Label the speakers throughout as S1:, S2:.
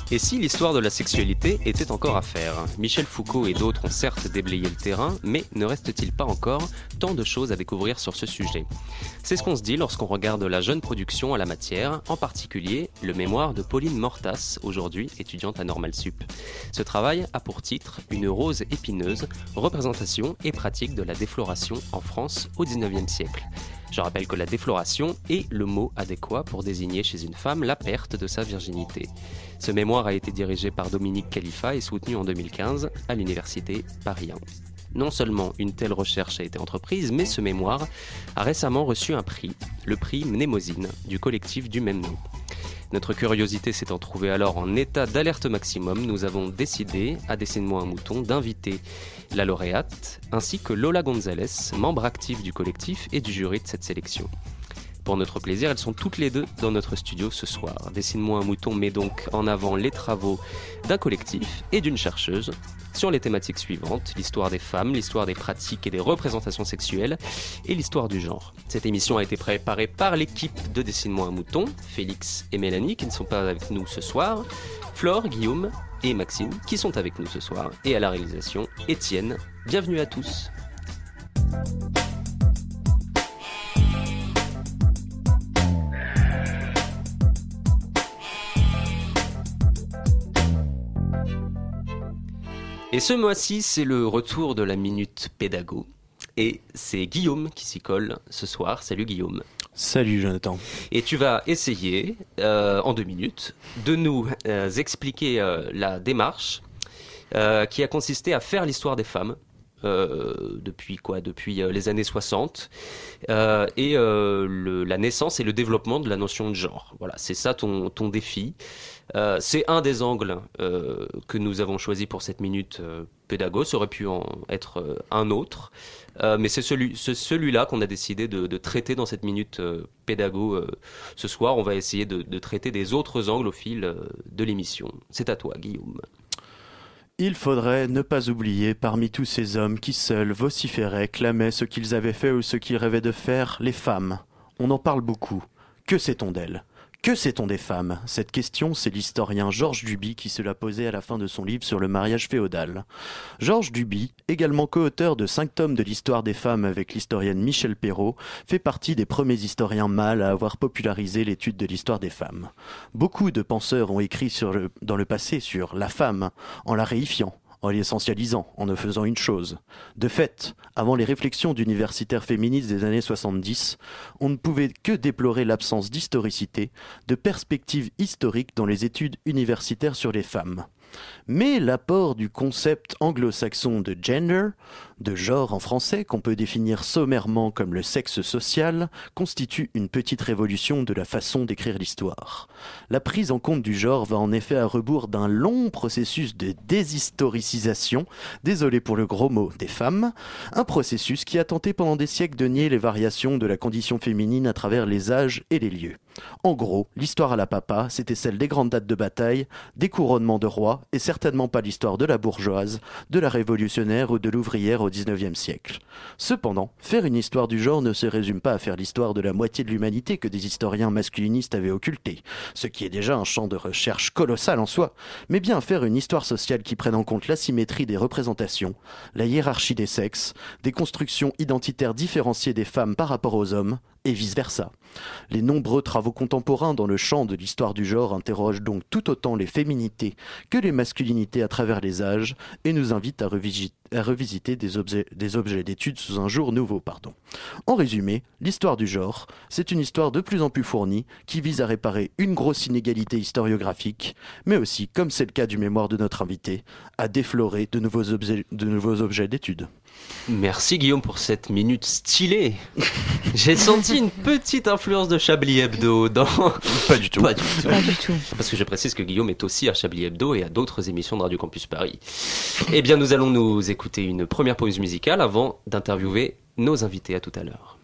S1: Et si l'histoire de la sexualité était encore à faire? Michel Foucault et d'autres ont certes déblayé le terrain, mais ne reste-t-il pas encore tant de choses à découvrir sur ce sujet? C'est ce qu'on se dit lorsqu'on regarde la jeune production à la matière, en particulier le mémoire de Pauline Mortas, aujourd'hui étudiante à Normal Sup. Ce travail a pour titre Une rose épineuse, représentation et pratique de la défloration en France au XIXe siècle. Je rappelle que la défloration est le mot adéquat pour désigner chez une femme la perte de sa virginité. Ce mémoire a été dirigé par Dominique Khalifa et soutenu en 2015 à l'université Paris 1. Non seulement une telle recherche a été entreprise, mais ce mémoire a récemment reçu un prix, le prix Mnémosyne, du collectif du même nom. Notre curiosité s'étant trouvée alors en état d'alerte maximum, nous avons décidé, à Dessine-moi un mouton, d'inviter la lauréate, ainsi que Lola Gonzalez, membre active du collectif et du jury de cette sélection. Pour notre plaisir, elles sont toutes les deux dans notre studio ce soir. Dessine-moi un mouton met donc en avant les travaux d'un collectif et d'une chercheuse sur les thématiques suivantes: l'histoire des femmes, l'histoire des pratiques et des représentations sexuelles et l'histoire du genre. Cette émission a été préparée par l'équipe de Dessine-moi un mouton, Félix et Mélanie qui ne sont pas avec nous ce soir, Flore, Guillaume et Maxime qui sont avec nous ce soir, et à la réalisation, Étienne. Bienvenue à tous. Et ce mois-ci, c'est le retour de la Minute Pédago. Et c'est Guillaume qui s'y colle ce soir. Salut Guillaume.
S2: Salut Jonathan.
S1: Et tu vas essayer, en 2 minutes, de nous expliquer la démarche qui a consisté à faire l'histoire des femmes. Depuis les années 60 et la naissance et le développement de la notion de genre. Voilà, c'est ça ton défi. C'est un des angles que nous avons choisi pour cette minute pédago. Ça aurait pu en être un autre, mais c'est celui-là qu'on a décidé de traiter dans cette minute pédago ce soir. On va essayer de traiter des autres angles au fil de l'émission. C'est à toi, Guillaume.
S2: Il faudrait ne pas oublier parmi tous ces hommes qui seuls vociféraient, clamaient ce qu'ils avaient fait ou ce qu'ils rêvaient de faire, les femmes. On en parle beaucoup. Que sait-on d'elles ? Que sait-on des femmes ? Cette question, c'est l'historien Georges Duby qui se l'a posée à la fin de son livre sur le mariage féodal. Georges Duby, également co-auteur de 5 tomes de l'histoire des femmes avec l'historienne Michèle Perrault, fait partie des premiers historiens mâles à avoir popularisé l'étude de l'histoire des femmes. Beaucoup de penseurs ont écrit dans le passé sur la femme, en la réifiant, en l'essentialisant, en ne faisant une chose. De fait, avant les réflexions d'universitaires féministes des années 70, on ne pouvait que déplorer l'absence d'historicité, de perspective historique dans les études universitaires sur les femmes. Mais l'apport du concept anglo-saxon de gender, de genre en français, qu'on peut définir sommairement comme le sexe social, constitue une petite révolution de la façon d'écrire l'histoire. La prise en compte du genre va en effet à rebours d'un long processus de déshistoricisation, désolé pour le gros mot, des femmes, un processus qui a tenté pendant des siècles de nier les variations de la condition féminine à travers les âges et les lieux. En gros, l'histoire à la papa, c'était celle des grandes dates de bataille, des couronnements de rois, et certainement pas l'histoire de la bourgeoise, de la révolutionnaire ou de l'ouvrière au XIXe siècle. Cependant, faire une histoire du genre ne se résume pas à faire l'histoire de la moitié de l'humanité que des historiens masculinistes avaient occulté, ce qui est déjà un champ de recherche colossal en soi, mais bien faire une histoire sociale qui prenne en compte l'asymétrie des représentations, la hiérarchie des sexes, des constructions identitaires différenciées des femmes par rapport aux hommes, et vice-versa. Les nombreux travaux contemporains dans le champ de l'histoire du genre interrogent donc tout autant les féminités que les masculinités à travers les âges et nous invitent à revisiter des objets d'études sous un jour nouveau. En résumé, l'histoire du genre, c'est une histoire de plus en plus fournie qui vise à réparer une grosse inégalité historiographique, mais aussi, comme c'est le cas du mémoire de notre invité, à déflorer de nouveaux objets d'études.
S1: Merci Guillaume pour cette minute stylée. J'ai senti une petite influence de Chablis Hebdo dans...
S2: Pas du tout.
S3: Pas du tout.
S1: Parce que je précise que Guillaume est aussi à Chablis Hebdo et à d'autres émissions de Radio Campus Paris. Eh bien, nous allons nous écouter une première pause musicale avant d'interviewer nos invités. À tout à l'heure.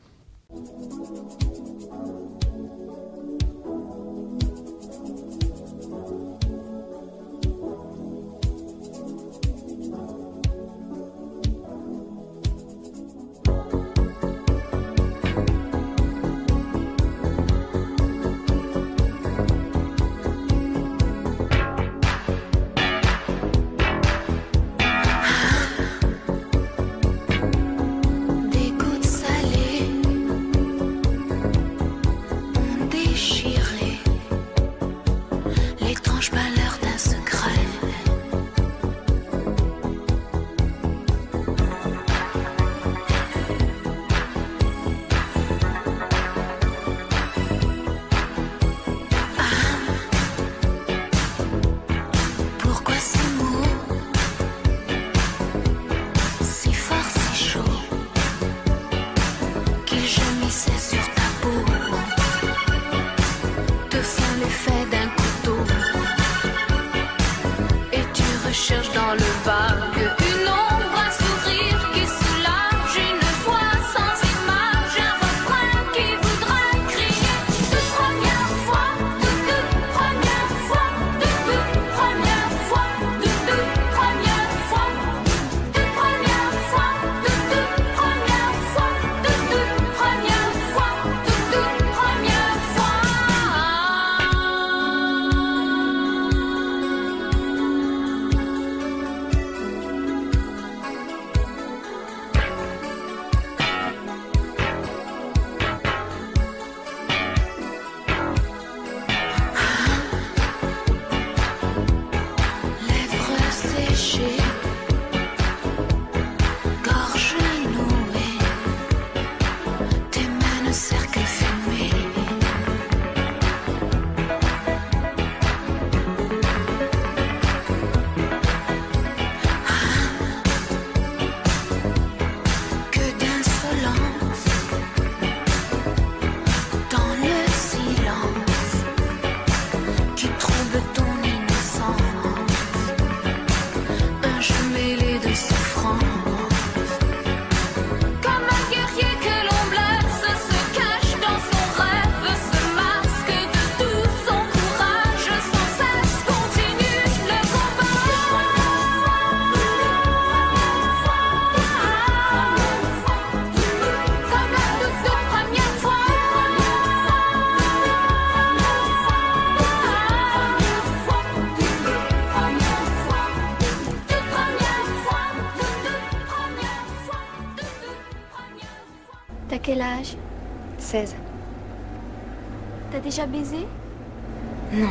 S3: quel âge?
S4: 16.
S3: T'as déjà baisé?
S4: Non.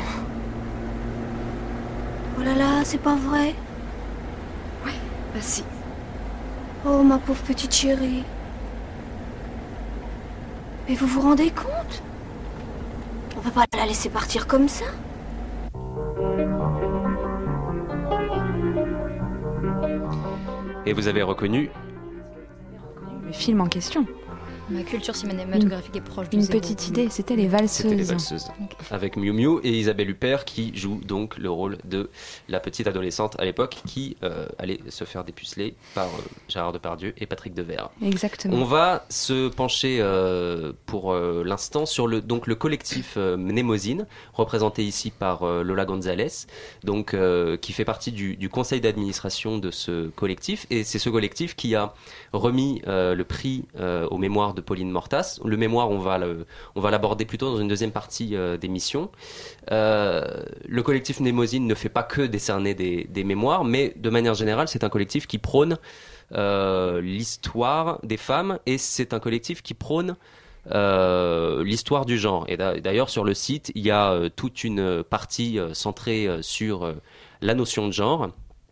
S3: Oh là là, c'est pas vrai?
S4: Ouais, bah si.
S3: Oh, ma pauvre petite chérie. Mais vous vous rendez compte? On peut pas la laisser partir comme ça.
S1: Et vous avez reconnu
S5: Le film en question.
S6: Ma culture cinématographique est proche du
S5: Une
S6: zéro.
S5: petite idée, c'était Les Valseuses.
S1: C'était Les Valseuses. Avec Miu Miu et Isabelle Huppert qui joue donc le rôle de la petite adolescente à l'époque qui allait se faire dépuceler par Gérard Depardieu et Patrick Devers.
S5: Exactement.
S1: On va se pencher pour l'instant sur le collectif Mnémosyne, représenté ici par Lola González, donc, qui fait partie du conseil d'administration de ce collectif. Et c'est ce collectif qui a remis le prix aux mémoires de Pauline Mortas. Le mémoire, on va l'aborder plutôt dans une deuxième partie d'émission. Le collectif Mnémosyne ne fait pas que décerner des mémoires, mais de manière générale, c'est un collectif qui prône l'histoire des femmes et c'est un collectif qui prône l'histoire du genre. Et d'ailleurs, sur le site, il y a toute une partie centrée sur la notion de genre.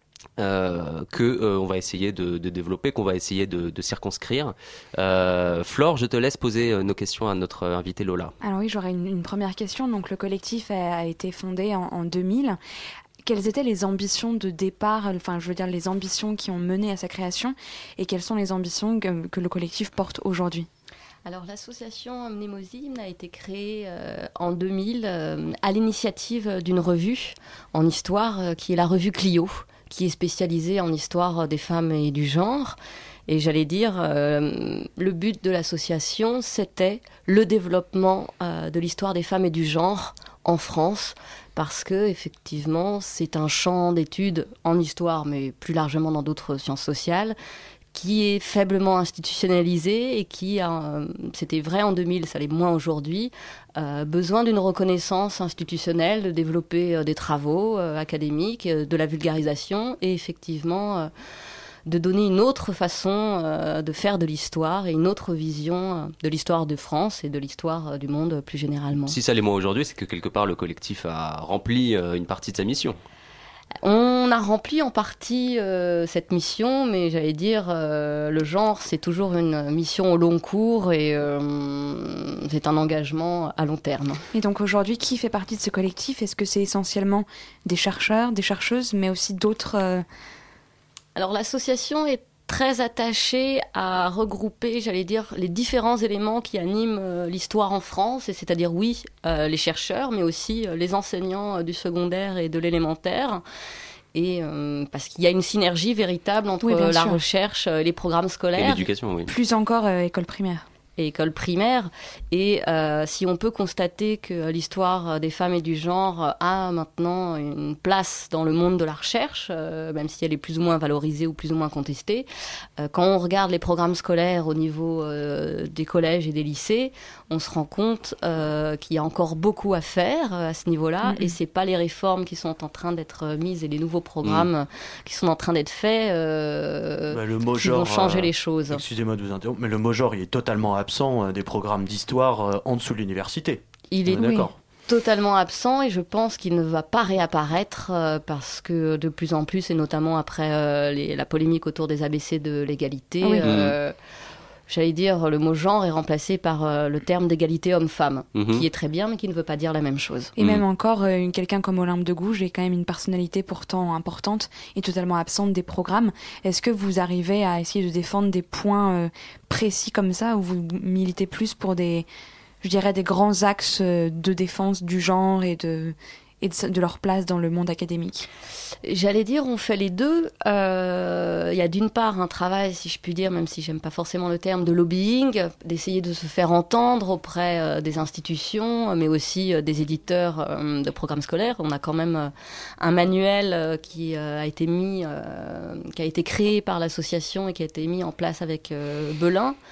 S1: On va essayer de développer, qu'on va essayer de circonscrire. Flore, je te laisse poser nos questions à notre invitée Lola.
S5: Alors oui, j'aurais une première question. Donc le collectif a été fondé en 2000. Quelles étaient les ambitions de départ, enfin je veux dire les ambitions qui ont mené à sa création, et quelles sont les ambitions que le collectif porte aujourd'hui?
S7: Alors l'association Mnémosyne a été créée en 2000 à l'initiative d'une revue en histoire qui est la revue Clio, qui est spécialisée en histoire des femmes et du genre. Et j'allais dire, le but de l'association, c'était le développement de l'histoire des femmes et du genre en France, parce que effectivement, c'est un champ d'études en histoire, mais plus largement dans d'autres sciences sociales, qui est faiblement institutionnalisé et qui a, c'était vrai en 2000, ça l'est moins aujourd'hui, besoin d'une reconnaissance institutionnelle, de développer des travaux académiques, de la vulgarisation et effectivement de donner une autre façon de faire de l'histoire et une autre vision de l'histoire de France et de l'histoire du monde plus généralement.
S1: Si ça l'est moins aujourd'hui, c'est que quelque part le collectif a rempli une partie de sa mission.
S7: On a rempli en partie cette mission, mais j'allais dire, le genre, c'est toujours une mission au long cours et c'est un engagement à long terme.
S5: Et donc aujourd'hui, qui fait partie de ce collectif? Est-ce que c'est essentiellement des chercheurs, des chercheuses, mais aussi d'autres
S7: Alors l'association est très attachée à regrouper, j'allais dire, les différents éléments qui animent l'histoire en France, et c'est-à-dire, oui, les chercheurs, mais aussi les enseignants du secondaire et de l'élémentaire. Et parce qu'il y a une synergie véritable entre la recherche, les programmes scolaires.
S1: Et l'éducation, oui.
S5: Plus encore école primaire.
S7: Et école primaire. Et si on peut constater que l'histoire des femmes et du genre a maintenant une place dans le monde de la recherche, même si elle est plus ou moins valorisée ou plus ou moins contestée, quand on regarde les programmes scolaires au niveau des collèges et des lycées, on se rend compte qu'il y a encore beaucoup à faire à ce niveau-là. Et c'est pas les réformes qui sont en train d'être mises et les nouveaux programmes qui sont en train d'être faits
S2: le mot
S7: qui
S2: genre,
S7: vont changer les choses.
S2: Excusez-moi de vous interrompre, mais le mot genre, il est totalement absent des programmes d'histoire en dessous de l'université.
S7: Il est
S2: d'accord.
S7: Totalement absent et je pense qu'il ne va pas réapparaître parce que de plus en plus, et notamment après la polémique autour des ABC de l'égalité, j'allais dire, le mot genre est remplacé par le terme d'égalité homme-femme, qui est très bien, mais qui ne veut pas dire la même chose.
S5: Et même encore, quelqu'un comme Olympe de Gouges est quand même une personnalité pourtant importante et totalement absente des programmes. Est-ce que vous arrivez à essayer de défendre des points précis comme ça, où vous militez plus pour des grands axes de défense du genre et de leur place dans le monde académique?
S7: J'allais dire, on fait les deux. Il y a d'une part un travail, si je puis dire, même si j'aime pas forcément le terme, de lobbying, d'essayer de se faire entendre auprès des institutions, mais aussi des éditeurs de programmes scolaires. On a quand même un manuel qui a été créé par l'association et qui a été mis en place avec Belin,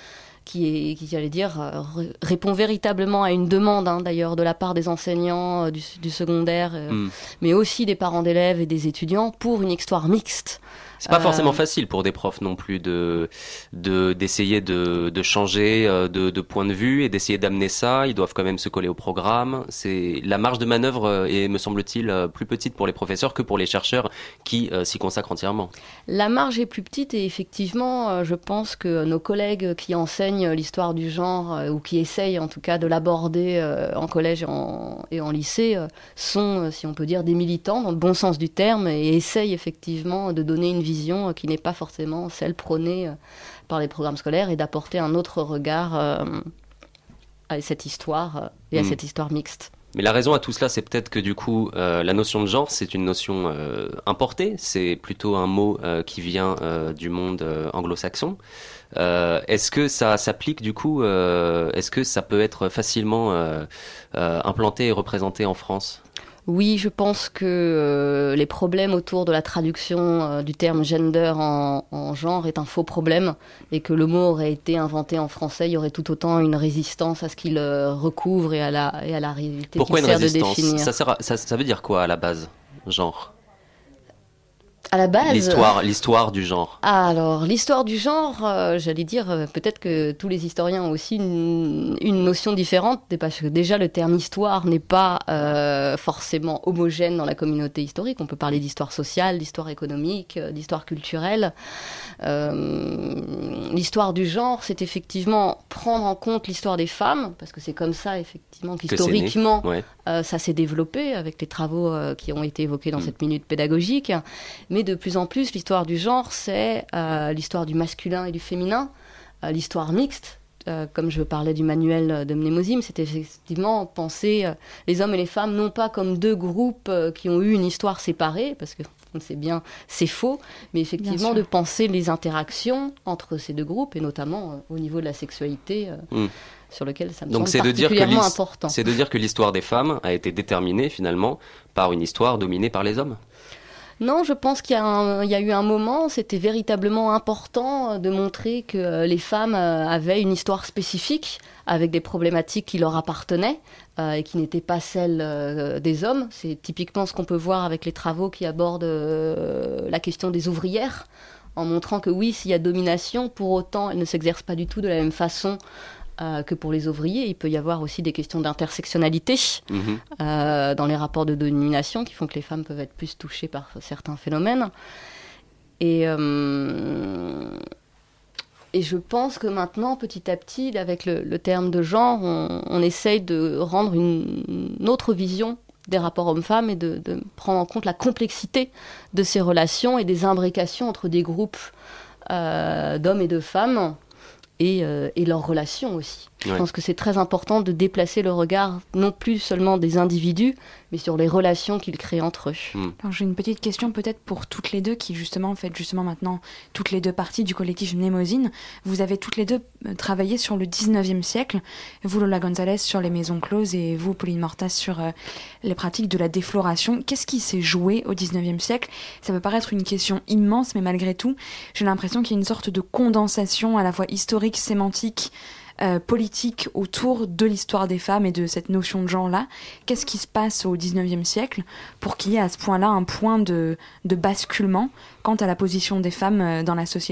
S7: qui j'allais dire, répond véritablement à une demande, d'ailleurs, de la part des enseignants du secondaire, mais aussi des parents d'élèves et des étudiants, pour une histoire mixte.
S1: C'est pas forcément facile pour des profs non plus d'essayer de changer de point de vue et d'essayer d'amener ça. Ils doivent quand même se coller au programme. La marge de manœuvre est, me semble-t-il, plus petite pour les professeurs que pour les chercheurs qui s'y consacrent entièrement.
S7: La marge est plus petite et effectivement, je pense que nos collègues qui enseignent l'histoire du genre ou qui essayent en tout cas de l'aborder en collège et en lycée sont, si on peut dire, des militants dans le bon sens du terme et essayent effectivement de donner une vision qui n'est pas forcément celle prônée par les programmes scolaires et d'apporter un autre regard à cette histoire et à cette histoire mixte.
S1: Mais la raison à tout cela, c'est peut-être que du coup, la notion de genre, c'est une notion importée, c'est plutôt un mot qui vient du monde anglo-saxon. Est-ce que ça s'applique du coup, est-ce que ça peut être facilement implanté et représenté en France ?
S7: Oui, je pense que les problèmes autour de la traduction du terme gender en genre est un faux problème et que le mot aurait été inventé en français, il y aurait tout autant une résistance à ce qu'il recouvre et à la réalité
S1: Pourquoi
S7: qu'il sert de
S1: résistance ?
S7: définir.
S1: Ça veut dire quoi à la base, genre ?
S7: À la base,
S1: l'histoire du genre.
S7: Ah, alors, l'histoire du genre, j'allais dire, peut-être que tous les historiens ont aussi une notion différente, parce que déjà le terme histoire n'est pas forcément homogène dans la communauté historique. On peut parler d'histoire sociale, d'histoire économique, d'histoire culturelle. L'histoire du genre, c'est effectivement prendre en compte l'histoire des femmes, parce que c'est comme ça, effectivement, qu'historiquement, ça s'est développé avec les travaux qui ont été évoqués dans cette minute pédagogique. Mais de plus en plus, l'histoire du genre, c'est l'histoire du masculin et du féminin, l'histoire mixte. Comme je parlais du manuel de Mnémosyne, c'est effectivement penser les hommes et les femmes non pas comme deux groupes qui ont eu une histoire séparée, parce que on sait bien, c'est faux, mais effectivement de penser les interactions entre ces deux groupes, et notamment au niveau de la sexualité, sur lequel ça me semble particulièrement important.
S1: C'est de dire que l'histoire des femmes a été déterminée finalement par une histoire dominée par les hommes ?
S7: Non, je pense qu'il y a eu un moment, c'était véritablement important de montrer que les femmes avaient une histoire spécifique, avec des problématiques qui leur appartenaient et qui n'étaient pas celles des hommes. C'est typiquement ce qu'on peut voir avec les travaux qui abordent la question des ouvrières, en montrant que oui, s'il y a domination, pour autant, elle ne s'exerce pas du tout de la même façon que pour les ouvriers. Il peut y avoir aussi des questions d'intersectionnalité dans les rapports de domination qui font que les femmes peuvent être plus touchées par certains phénomènes. Et je pense que maintenant, petit à petit, avec le terme de genre, on essaye de rendre une autre vision des rapports hommes-femmes et de prendre en compte la complexité de ces relations et des imbrications entre des groupes d'hommes et de femmes et leurs relations aussi. Je pense que c'est très important de déplacer le regard, non plus seulement des individus, mais sur les relations qu'ils créent entre eux.
S5: Alors, j'ai une petite question peut-être pour toutes les deux, qui justement faites maintenant toutes les deux parties du collectif Mnémosyne. Vous avez toutes les deux travaillé sur le 19e siècle, vous Lola González sur les maisons closes et vous Pauline Mortas sur les pratiques de la défloration. Qu'est-ce qui s'est joué au 19e siècle ? Ça peut paraître une question immense, mais malgré tout, j'ai l'impression qu'il y a une sorte de condensation à la fois historique, sémantique, politique autour de l'histoire des femmes et de cette notion de genre-là. Qu'est-ce qui se passe au 19e siècle pour qu'il y ait à ce point-là un point de basculement quant à la position des femmes dans la société ?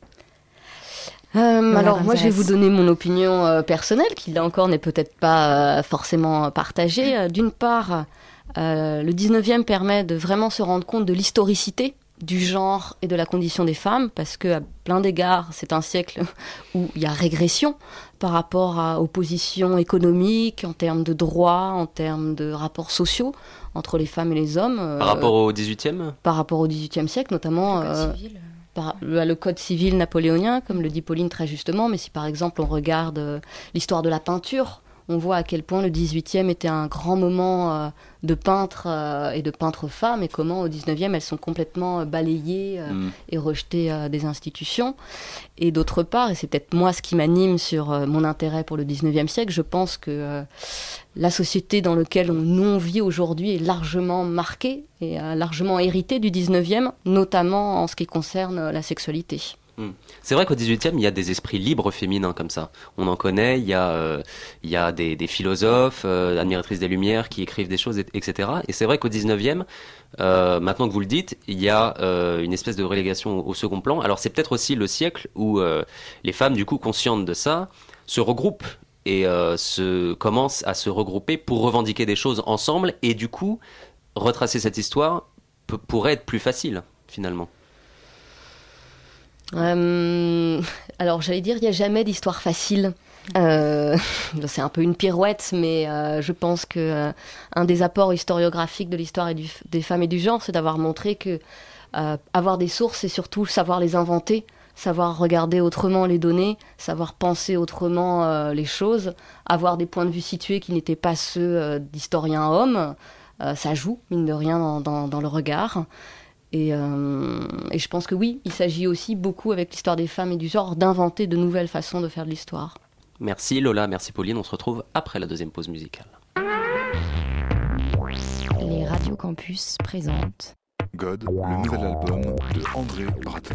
S7: Alors moi je vais vous donner mon opinion personnelle, qui là encore n'est peut-être pas forcément partagée. D'une part, le 19e permet de vraiment se rendre compte de l'historicité du genre et de la condition des femmes, parce qu'à plein d'égards, c'est un siècle où il y a régression par rapport aux positions économiques, en termes de droits, en termes de rapports sociaux entre les femmes et les hommes.
S1: Par rapport au 18e ?
S7: Par rapport au 18e siècle, notamment le code civil napoléonien, comme le dit Pauline très justement, mais si par exemple on regarde l'histoire de la peinture, on voit à quel point le 18e était un grand moment de peintres et de peintres femmes, et comment au 19e elles sont complètement balayées et rejetées des institutions. Et d'autre part, et c'est peut-être moi ce qui m'anime sur mon intérêt pour le 19e siècle, je pense que la société dans laquelle on vit aujourd'hui est largement marquée et largement héritée du 19e, notamment en ce qui concerne la sexualité.
S1: C'est vrai qu'au XVIIIe, il y a des esprits libres féminins comme ça. On en connaît, il y a des philosophes, admiratrices des Lumières qui écrivent des choses, etc. Et c'est vrai qu'au XIXe, maintenant que vous le dites, il y a une espèce de relégation au second plan. Alors c'est peut-être aussi le siècle où les femmes, du coup, conscientes de ça, se regroupent et commencent à se regrouper pour revendiquer des choses ensemble. Et du coup, retracer cette histoire pourrait être plus facile, finalement.
S7: Alors j'allais dire, il n'y a jamais d'histoire facile. C'est un peu une pirouette, mais je pense que un des apports historiographiques de l'histoire des femmes et du genre, c'est d'avoir montré que avoir des sources, c'est surtout savoir les inventer, savoir regarder autrement les données, savoir penser autrement les choses, avoir des points de vue situés qui n'étaient pas ceux d'historiens hommes. Ça joue, mine de rien, dans le regard. Et je pense que oui, il s'agit aussi beaucoup avec l'histoire des femmes et du genre d'inventer de nouvelles façons de faire de l'histoire.
S1: Merci Lola, merci Pauline, on se retrouve après la deuxième pause musicale.
S8: Les Radio Campus présentent
S9: God, le nouvel album de André Bratten.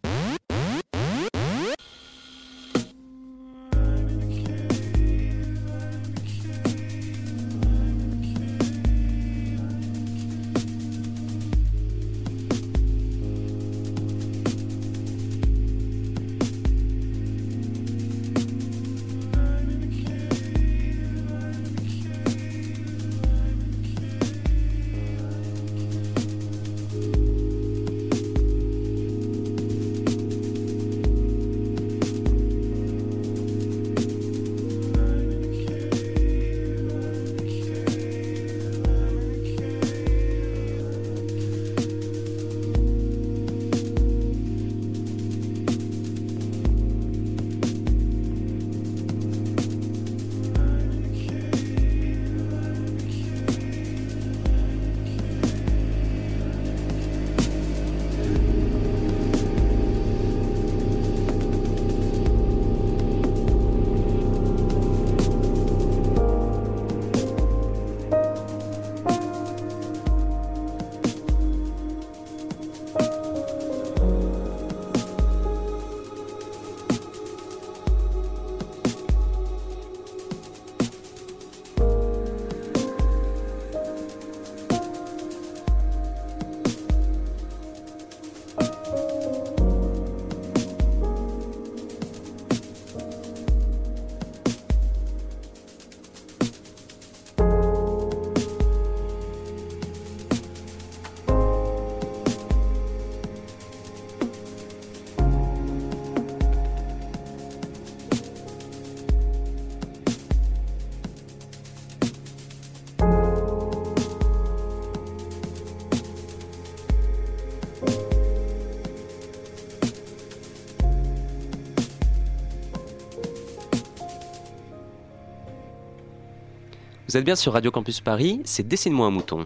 S1: Vous êtes bien sur Radio Campus Paris, c'est Dessine-moi un mouton.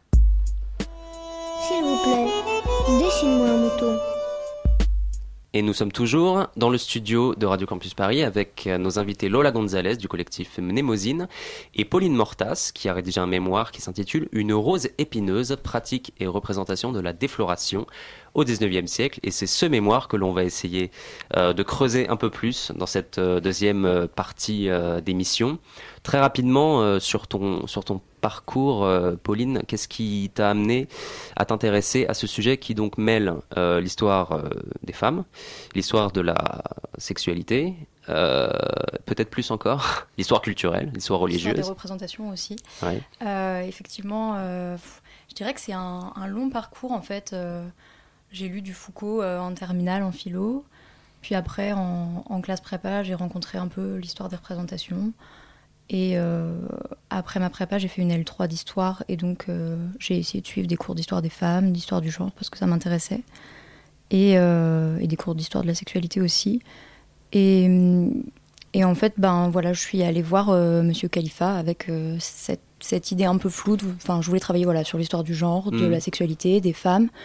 S10: S'il vous plaît, dessine-moi un mouton.
S1: Et nous sommes toujours dans le studio de Radio Campus Paris avec nos invités Lola Gonzalez du collectif Mnémosine et Pauline Mortas qui a rédigé un mémoire qui s'intitule « Une rose épineuse, pratique et représentation de la défloration au XIXe siècle ». Et c'est ce mémoire que l'on va essayer de creuser un peu plus dans cette deuxième partie d'émission. Très rapidement, sur ton parcours, Pauline, qu'est-ce qui t'a amené à t'intéresser à ce sujet qui donc mêle l'histoire des femmes, l'histoire de la sexualité, peut-être plus encore, l'histoire culturelle, l'histoire religieuse.
S6: L'histoire des représentations aussi.
S1: Ouais.
S6: Effectivement, je dirais que c'est un long parcours en fait. J'ai lu du Foucault en terminale, en philo. Puis après, en classe prépa, j'ai rencontré un peu l'histoire des représentations. Et après ma prépa, j'ai fait une L3 d'histoire. Et donc, j'ai essayé de suivre des cours d'histoire des femmes, d'histoire du genre, parce que ça m'intéressait. Et des cours d'histoire de la sexualité aussi. Et en fait, voilà, je suis allée voir Monsieur Khalifa avec cette idée un peu floue. Enfin, je voulais travailler sur l'histoire du genre, de la sexualité, des femmes.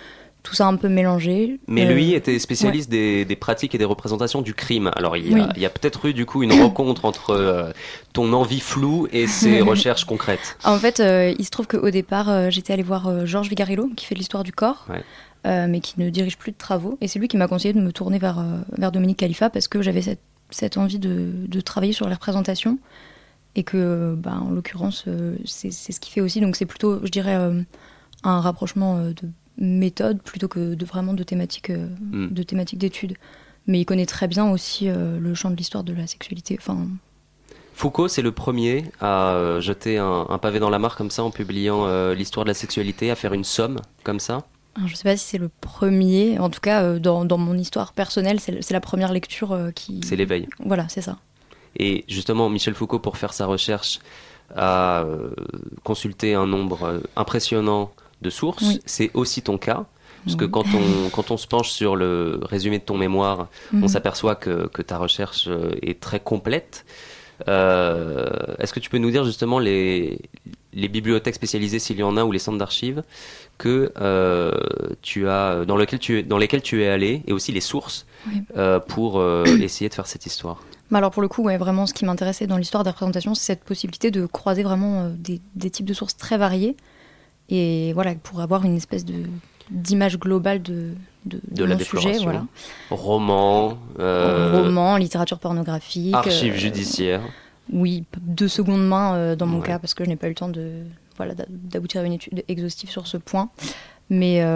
S6: tout ça un peu mélangé.
S1: Mais lui était spécialiste des pratiques et des représentations du crime. Alors il y a peut-être eu du coup une rencontre entre ton envie floue et ses recherches concrètes.
S6: En fait, il se trouve qu'au départ, j'étais allée voir Georges Vigarillo, qui fait de l'histoire du corps, mais qui ne dirige plus de travaux. Et c'est lui qui m'a conseillé de me tourner vers Dominique Khalifa, parce que j'avais cette envie de travailler sur les représentations. Et que, en l'occurrence, c'est ce qu'il fait aussi. Donc c'est plutôt, je dirais, un rapprochement de méthode plutôt que vraiment de thématiques d'études. Mais il connaît très bien aussi le champ de l'histoire de la sexualité.
S1: Foucault, c'est le premier à jeter un pavé dans la mare comme ça en publiant l'histoire de la sexualité, à faire une somme comme ça.
S6: Alors, je ne sais pas si c'est le premier. En tout cas, dans mon histoire personnelle, c'est la première lecture qui...
S1: C'est l'éveil.
S6: Voilà, c'est ça. Et
S1: justement, Michel Foucault, pour faire sa recherche, a consulté un nombre impressionnant de sources. Oui. C'est aussi ton cas, parce que quand on se penche sur le résumé de ton mémoire, on s'aperçoit que ta recherche est très complète. Est-ce que tu peux nous dire justement les bibliothèques spécialisées, s'il y en a, ou les centres d'archives que tu as, dans lesquels tu es allé, et aussi les sources pour essayer de faire cette histoire?
S6: Alors pour le coup, vraiment, ce qui m'intéressait dans l'histoire des représentations, c'est cette possibilité de croiser vraiment des types de sources très variées, et voilà, pour avoir une espèce d'image globale de
S1: la
S6: sujet. Voilà.
S1: Roman,
S6: littérature pornographique,
S1: archives judiciaires.
S6: Oui, de seconde main dans mon cas, parce que je n'ai pas eu le temps d'aboutir à une étude exhaustive sur ce point. Mais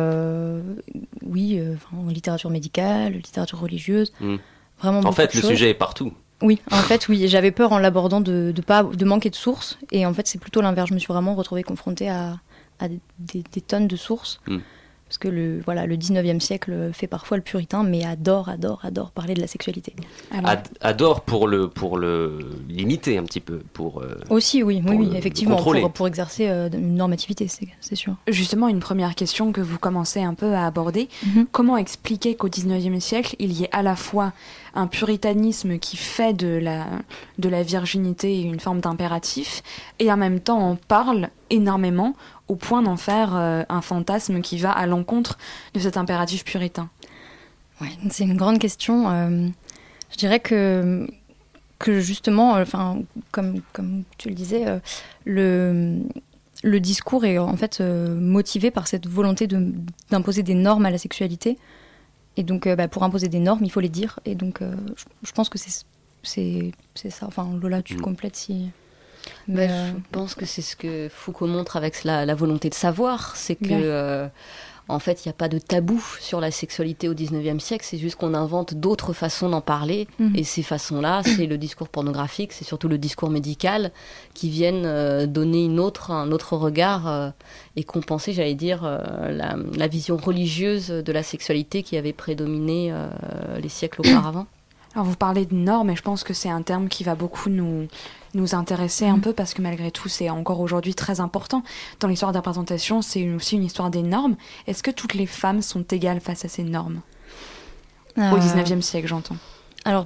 S6: littérature médicale, littérature religieuse, vraiment beaucoup de choses.
S1: En fait, le sujet est partout.
S6: Oui, en fait, oui. J'avais peur en l'abordant de manquer de sources. Et en fait, c'est plutôt l'inverse. Je me suis vraiment retrouvée confrontée à des tonnes de sources. Parce que le 19e siècle fait parfois le puritain, mais adore parler de la sexualité.
S1: Adore pour le limiter un petit peu.
S6: Aussi, oui, effectivement, pour exercer une normativité, c'est sûr.
S5: Justement, une première question que vous commencez un peu à aborder. Comment expliquer qu'au 19e siècle, il y ait à la fois un puritanisme qui fait de la virginité une forme d'impératif, et en même temps on parle énormément au point d'en faire un fantasme qui va à l'encontre de cet impératif puritain?
S6: Ouais, c'est une grande question. Je dirais que justement, comme tu le disais, le discours est en fait motivé par cette volonté d'imposer des normes à la sexualité. Et donc, pour imposer des normes, il faut les dire. Et donc, je pense que c'est ça. Enfin, Lola, tu complètes si...
S7: Je pense que c'est ce que Foucault montre avec la volonté de savoir. C'est que, en fait, il n'y a pas de tabou sur la sexualité au 19e siècle. C'est juste qu'on invente d'autres façons d'en parler. Et ces façons-là, c'est le discours pornographique, c'est surtout le discours médical qui viennent donner un autre regard et compenser, j'allais dire, la vision religieuse de la sexualité qui avait prédominé les siècles auparavant.
S5: Alors vous parlez de normes, et je pense que c'est un terme qui va beaucoup nous intéresser un peu, parce que malgré tout c'est encore aujourd'hui très important. Dans l'histoire de la représentation, c'est aussi une histoire des normes. Est-ce que toutes les femmes sont égales face à ces normes au 19e siècle, j'entends? Alors,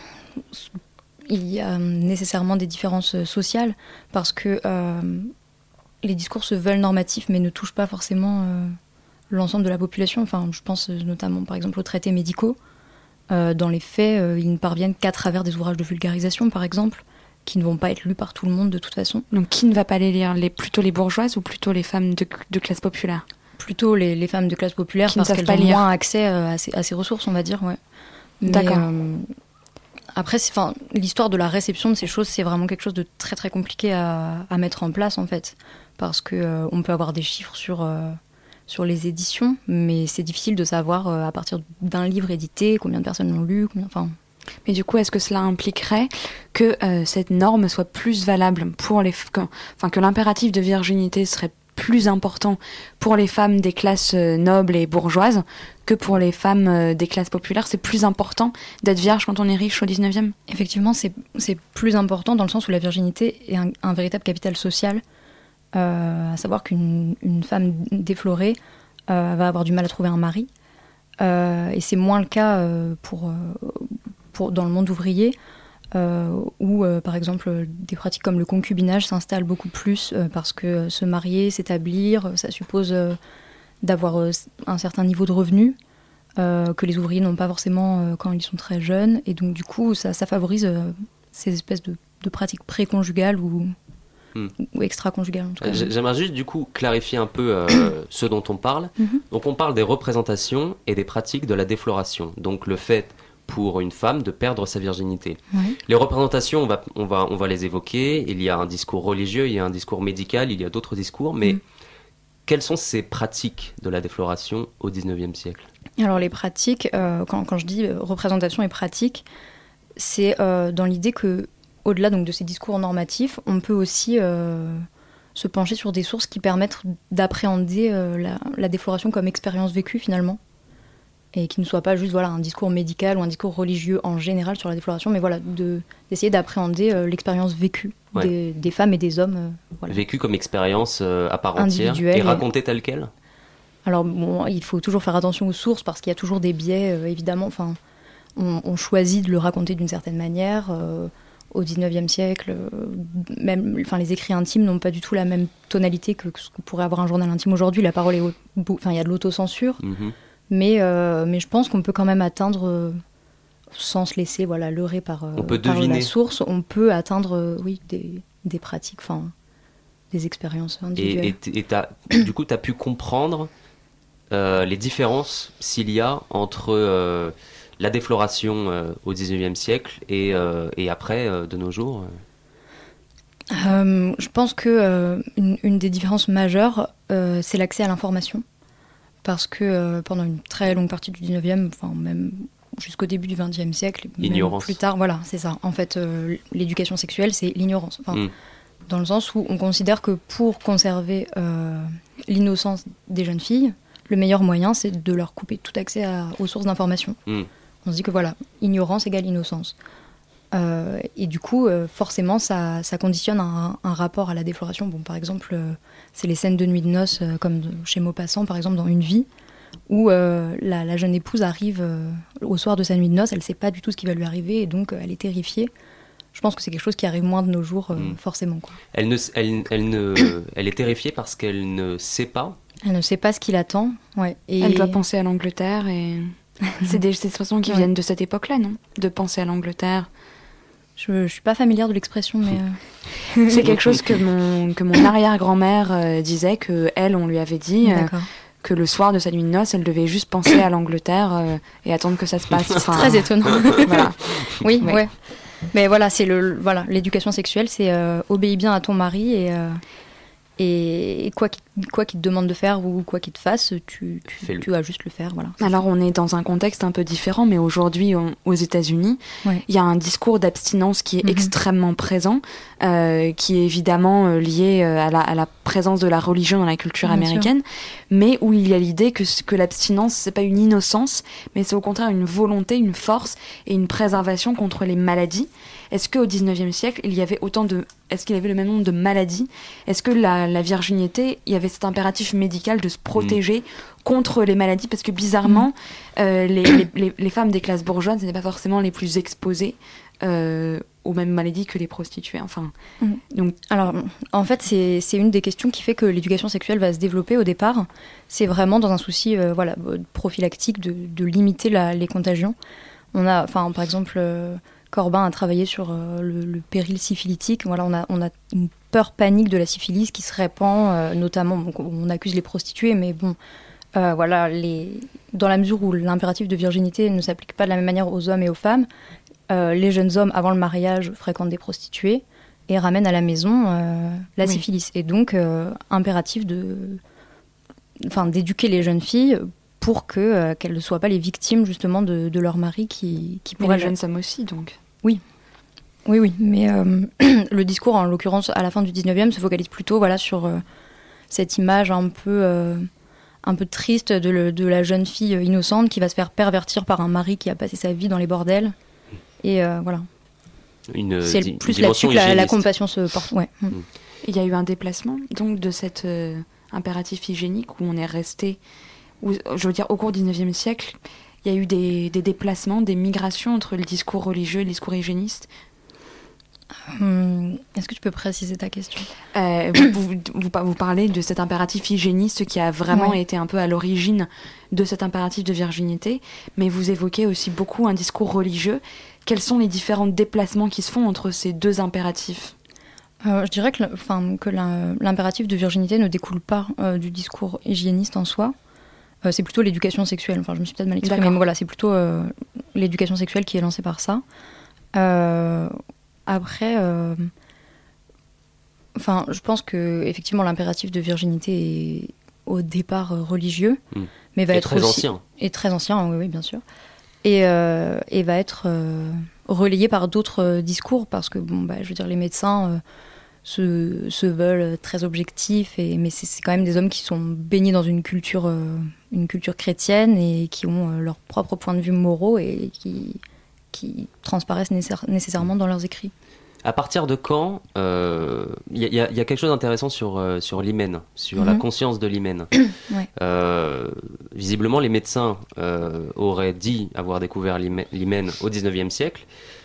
S6: il y a nécessairement des différences sociales, parce que les discours se veulent normatifs mais ne touchent pas forcément l'ensemble de la population. Enfin, je pense notamment par exemple aux traités médicaux. Dans les faits, ils ne parviennent qu'à travers des ouvrages de vulgarisation, par exemple, qui ne vont pas être lus par tout le monde de toute façon.
S5: Donc qui ne va pas les lire? Plutôt les bourgeoises ou plutôt les femmes de classe populaire?
S6: Plutôt les femmes de classe populaire, parce qu'elles ont moins accès à ces ressources, on va dire. Ouais.
S5: D'accord.
S6: Après, l'histoire de la réception de ces choses, c'est vraiment quelque chose de très très compliqué à mettre en place, en fait. Parce qu'on peut avoir des chiffres sur les éditions, mais c'est difficile de savoir à partir d'un livre édité combien de personnes l'ont lu,
S5: Mais du coup, est-ce que cela impliquerait que cette norme soit plus valable pour que l'impératif de virginité serait plus important pour les femmes des classes nobles et bourgeoises que pour les femmes des classes populaires? C'est plus important d'être vierge quand on est riche au 19e?
S6: Effectivement, c'est plus important dans le sens où la virginité est un véritable capital social. À savoir qu'une femme déflorée va avoir du mal à trouver un mari. Et c'est moins le cas dans le monde ouvrier, où, par exemple, des pratiques comme le concubinage s'installent beaucoup plus parce que se marier, s'établir, ça suppose d'avoir un certain niveau de revenu que les ouvriers n'ont pas forcément quand ils sont très jeunes. Et donc, du coup, ça favorise ces espèces de pratiques préconjugales ou extra-conjugales. En tout cas.
S1: J'aimerais juste, du coup, clarifier un peu ce dont on parle. Donc, on parle des représentations et des pratiques de la défloration. Donc, le fait pour une femme de perdre sa virginité. Les représentations, on va les évoquer. Il y a un discours religieux, il y a un discours médical, il y a d'autres discours, mais quelles sont ces pratiques de la défloration au XIXe siècle ?
S6: Alors les pratiques, quand je dis représentation et pratique, c'est dans l'idée que, au-delà donc de ces discours normatifs, on peut aussi se pencher sur des sources qui permettent d'appréhender la défloration comme expérience vécue finalement, et qui ne soit pas juste un discours médical ou un discours religieux en général sur la défloration, mais d'essayer d'appréhender l'expérience vécue des femmes et des hommes.
S1: Vécue comme expérience à part entière et racontée telle qu'elle.
S6: Alors il faut toujours faire attention aux sources parce qu'il y a toujours des biais, évidemment. Enfin, on choisit de le raconter d'une certaine manière. Au XIXe siècle, même, les écrits intimes n'ont pas du tout la même tonalité que ce que pourrait avoir un journal intime aujourd'hui. La parole il y a de l'autocensure. Mais je pense qu'on peut quand même atteindre, sans se laisser leurrer par la source, on peut atteindre des pratiques, des expériences individuelles.
S1: Et du coup, tu as pu comprendre les différences s'il y a entre la défloration au XIXe siècle et après, de nos jours
S6: Je pense que une des différences majeures, c'est l'accès à l'information. Parce que pendant une très longue partie du 19e, même jusqu'au début du 20e siècle,
S1: l'ignorance.
S6: Même plus tard, c'est ça. En fait, l'éducation sexuelle, c'est l'ignorance. Dans le sens où on considère que pour conserver l'innocence des jeunes filles, le meilleur moyen, c'est de leur couper tout accès aux sources d'information. On se dit que ignorance égale innocence. Et du coup, forcément, ça conditionne un rapport à la défloration. Bon, par exemple, c'est les scènes de nuit de noces, comme chez Maupassant, par exemple, dans Une vie, où la jeune épouse arrive au soir de sa nuit de noces, elle ne sait pas du tout ce qui va lui arriver, et donc elle est terrifiée. Je pense que c'est quelque chose qui arrive moins de nos jours, forcément. Quoi.
S1: Elle est terrifiée parce qu'elle ne sait pas.
S6: Elle ne sait pas ce qui l'attend. Et
S5: elle doit penser à l'Angleterre, et c'est des expressions qui viennent de cette époque-là, non ? De penser à l'Angleterre.
S6: Je suis pas familière de l'expression, mais...
S5: C'est quelque chose que mon arrière-grand-mère disait, qu'elle, on lui avait dit que le soir de sa nuit de noces, elle devait juste penser à l'Angleterre et attendre que ça se passe.
S6: C'est très étonnant. Voilà. Oui, ouais. Mais c'est l'éducation sexuelle, c'est obéis bien à ton mari et quoi qu'il te demande de faire ou quoi qu'il te fasse, tu vas juste le faire. Voilà.
S5: Alors on est dans un contexte un peu différent, mais aujourd'hui aux États-Unis, il y a un discours d'abstinence qui est extrêmement présent, qui est évidemment lié à la présence de la religion dans la culture américaine, mais où il y a l'idée que l'abstinence, c'est pas une innocence, mais c'est au contraire une volonté, une force et une préservation contre les maladies. Est-ce qu'au XIXe siècle, est-ce qu'il y avait le même nombre de maladies ? Est-ce que la virginité, il y avait cet impératif médical de se protéger contre les maladies ? Parce que bizarrement, les femmes des classes bourgeoises n'étaient pas forcément les plus exposées aux mêmes maladies que les prostituées. Donc...
S6: Alors, en fait, c'est une des questions qui fait que l'éducation sexuelle va se développer au départ. C'est vraiment dans un souci prophylactique de limiter les contagions. Par exemple... Corbin a travaillé sur le péril syphilitique. On a une peur panique de la syphilis qui se répand, notamment, on accuse les prostituées, mais dans la mesure où l'impératif de virginité ne s'applique pas de la même manière aux hommes et aux femmes, les jeunes hommes, avant le mariage, fréquentent des prostituées et ramènent à la maison la syphilis. Et donc, impératif d'éduquer les jeunes filles pour qu'elles ne soient pas les victimes justement de leur mari qui
S5: pourrait... Mais les jeunes hommes aussi, donc.
S6: Oui, mais le discours, en l'occurrence, à la fin du 19e, se focalise plutôt sur cette image un peu triste de la jeune fille innocente qui va se faire pervertir par un mari qui a passé sa vie dans les bordels. Et voilà. C'est plus là-dessus que la compassion se porte. Ouais.
S5: Il y a eu un déplacement donc de cet impératif hygiénique où on est resté... au cours du XIXe siècle, il y a eu des déplacements, des migrations entre le discours religieux et le discours hygiéniste.
S6: Est-ce que tu peux préciser ta question ?
S5: Vous parlez de cet impératif hygiéniste qui a vraiment été un peu à l'origine de cet impératif de virginité, mais vous évoquez aussi beaucoup un discours religieux. Quels sont les différents déplacements qui se font entre ces deux impératifs ?
S6: Je dirais que l'impératif de virginité ne découle pas du discours hygiéniste en soi. C'est plutôt l'éducation sexuelle. Enfin, je me suis peut-être mal exprimée, mais voilà, c'est plutôt l'éducation sexuelle qui est lancée par ça. Après, je pense que effectivement l'impératif de virginité est au départ religieux, mais va être
S1: très ancien.
S6: Et très ancien, oui, bien sûr, et va être relayé par d'autres discours parce que je veux dire, les médecins se veulent très objectifs, mais c'est quand même des hommes qui sont baignés dans une culture chrétienne et qui ont leur propre point de vue moraux et qui transparaissent nécessairement dans leurs écrits.
S1: À partir de quand il y a quelque chose d'intéressant sur l'hymen, sur la conscience de l'hymen. Visiblement, les médecins auraient dit avoir découvert l'hymen au XIXe siècle.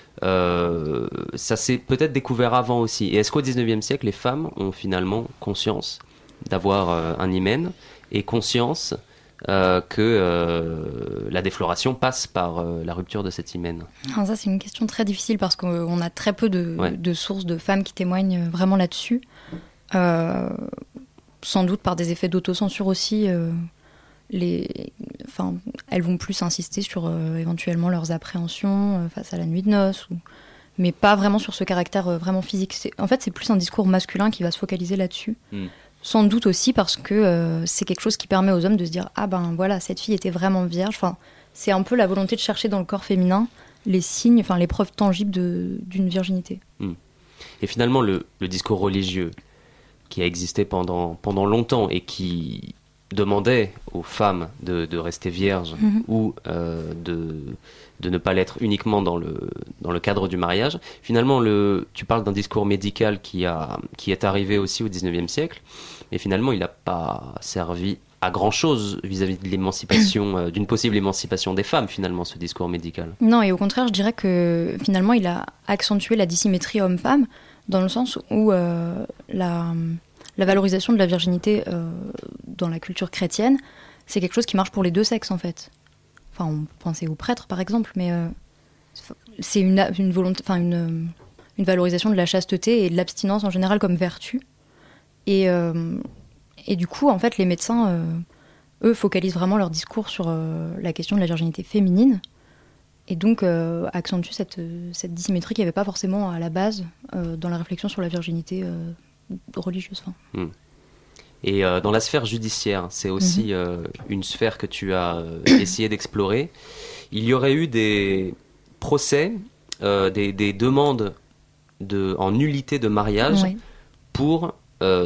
S1: Ça s'est peut-être découvert avant aussi. Et est-ce qu'au XIXe siècle, les femmes ont finalement conscience d'avoir un hymen et conscience que la défloration passe par la rupture de cet hymen?
S6: Alors ça, c'est une question très difficile parce qu'on a très peu de sources de femmes qui témoignent vraiment là-dessus. Sans doute par des effets d'autocensure aussi. Elles vont plus insister sur éventuellement leurs appréhensions face à la nuit de noces, mais pas vraiment sur ce caractère vraiment physique. En fait, c'est plus un discours masculin qui va se focaliser là-dessus. Sans doute aussi parce que c'est quelque chose qui permet aux hommes de se dire « Ah ben voilà, cette fille était vraiment vierge ». Enfin, c'est un peu la volonté de chercher dans le corps féminin les signes, les preuves tangibles d'une virginité.
S1: Et finalement, le discours religieux qui a existé pendant longtemps et qui demandait aux femmes de rester vierges ou de ne pas l'être uniquement dans le cadre du mariage. Finalement, tu parles d'un discours médical qui est arrivé aussi au XIXe siècle, mais finalement, il n'a pas servi à grand-chose vis-à-vis de l'émancipation, d'une possible émancipation des femmes, finalement, ce discours médical.
S6: Non, et au contraire, je dirais que finalement, il a accentué la dissymétrie homme-femme, dans le sens où la valorisation de la virginité dans la culture chrétienne, c'est quelque chose qui marche pour les deux sexes, en fait. Enfin, on peut penser aux prêtres, par exemple, mais c'est une valorisation de la chasteté et de l'abstinence en général comme vertu. Et du coup, en fait, les médecins, eux, focalisent vraiment leur discours sur la question de la virginité féminine, et donc accentuent cette dissymétrie qu'il n'y avait pas forcément à la base dans la réflexion sur la virginité religieuse.
S1: Et dans la sphère judiciaire, c'est aussi une sphère que tu as essayé d'explorer. Il y aurait eu des procès, des demandes en nullité de mariage pour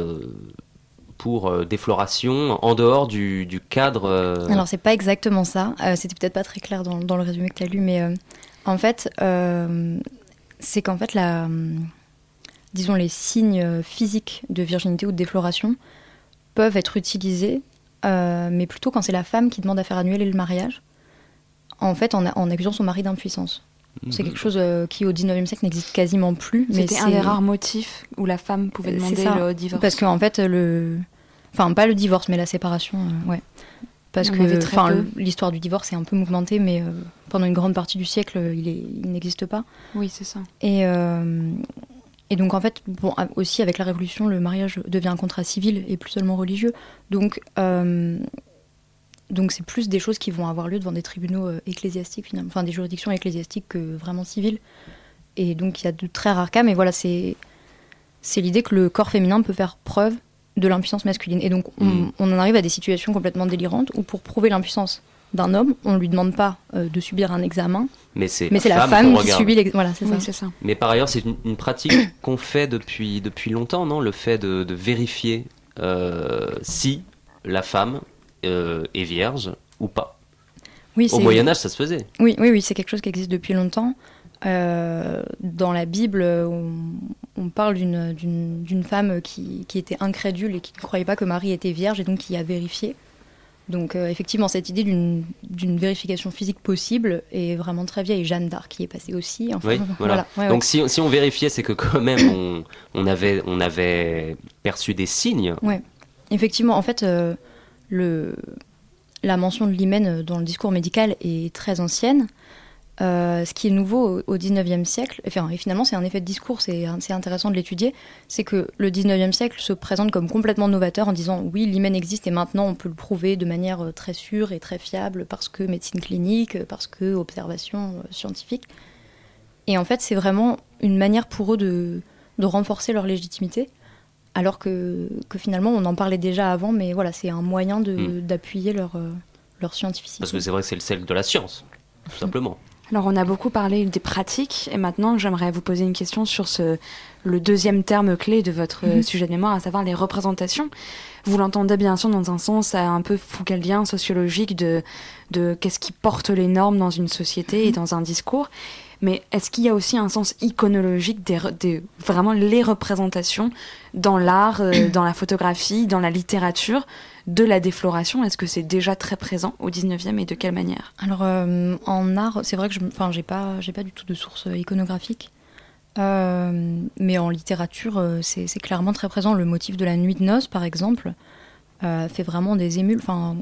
S1: défloration en dehors du cadre...
S6: Alors, c'est pas exactement ça. C'était peut-être pas très clair dans le résumé que tu as lu, mais en fait, c'est qu'en fait, disons, les signes physiques de virginité ou de défloration peuvent être utilisés, mais plutôt quand c'est la femme qui demande à faire annuler le mariage, en fait, en accusant son mari d'impuissance. C'est quelque chose qui, au 19e siècle, n'existe quasiment plus.
S5: C'était un des rares motifs où la femme pouvait demander le divorce.
S6: Parce qu'en fait, enfin, pas le divorce, mais la séparation, Parce que l'histoire du divorce est un peu mouvementée, mais pendant une grande partie du siècle, il n'existe pas.
S5: Oui, c'est ça.
S6: Et donc, en fait, aussi avec la Révolution, le mariage devient un contrat civil et plus seulement religieux. Donc c'est plus des choses qui vont avoir lieu devant des tribunaux ecclésiastiques, finalement. Enfin, des juridictions ecclésiastiques que vraiment civiles. Et donc, il y a de très rares cas, mais voilà, c'est l'idée que le corps féminin peut faire preuve de l'impuissance masculine. Et donc, on en arrive à des situations complètement délirantes où, pour prouver l'impuissance d'un homme, on ne lui demande pas de subir un examen,
S1: mais c'est
S6: la femme qui subit l'examen. Voilà, c'est ça.
S1: Mais par ailleurs, c'est une pratique qu'on fait depuis longtemps, non ? Le fait de vérifier si la femme est vierge ou pas.
S6: Oui,
S1: au Moyen-Âge, ça se faisait.
S6: Oui, c'est quelque chose qui existe depuis longtemps. Dans la Bible, on parle d'une femme qui était incrédule et qui ne croyait pas que Marie était vierge et donc qui a vérifié. Donc effectivement, cette idée d'une vérification physique possible est vraiment très vieille. Jeanne d'Arc y est passée aussi. Enfin,
S1: oui, voilà.
S6: Ouais,
S1: donc si on vérifiait, c'est que quand même on avait perçu des signes.
S6: Ouais, effectivement. En fait, la mention de l'hymen dans le discours médical est très ancienne. Ce qui est nouveau au XIXe siècle, et finalement c'est un effet de discours, c'est intéressant de l'étudier, c'est que le XIXe siècle se présente comme complètement novateur en disant oui, l'hymen existe et maintenant on peut le prouver de manière très sûre et très fiable parce que médecine clinique, parce que observation scientifique. Et en fait c'est vraiment une manière pour eux de renforcer leur légitimité, alors que finalement on en parlait déjà avant, mais voilà, c'est un moyen d'appuyer leur scientificité.
S1: Parce que c'est vrai que c'est le sel de la science, tout simplement.
S5: Alors on a beaucoup parlé des pratiques et maintenant j'aimerais vous poser une question sur le deuxième terme clé de votre sujet de mémoire, à savoir les représentations. Vous l'entendez bien sûr dans un sens un peu foucaldien, sociologique de qu'est-ce qui porte les normes dans une société et dans un discours. Mais est-ce qu'il y a aussi un sens iconologique vraiment les représentations dans l'art, dans la photographie, dans la littérature, de la défloration? Est-ce que c'est déjà très présent au 19e et de quelle manière?
S6: Alors en art, c'est vrai que j'ai pas du tout de source iconographique, mais en littérature, c'est clairement très présent. Le motif de la nuit de noces, par exemple, fait vraiment des émules.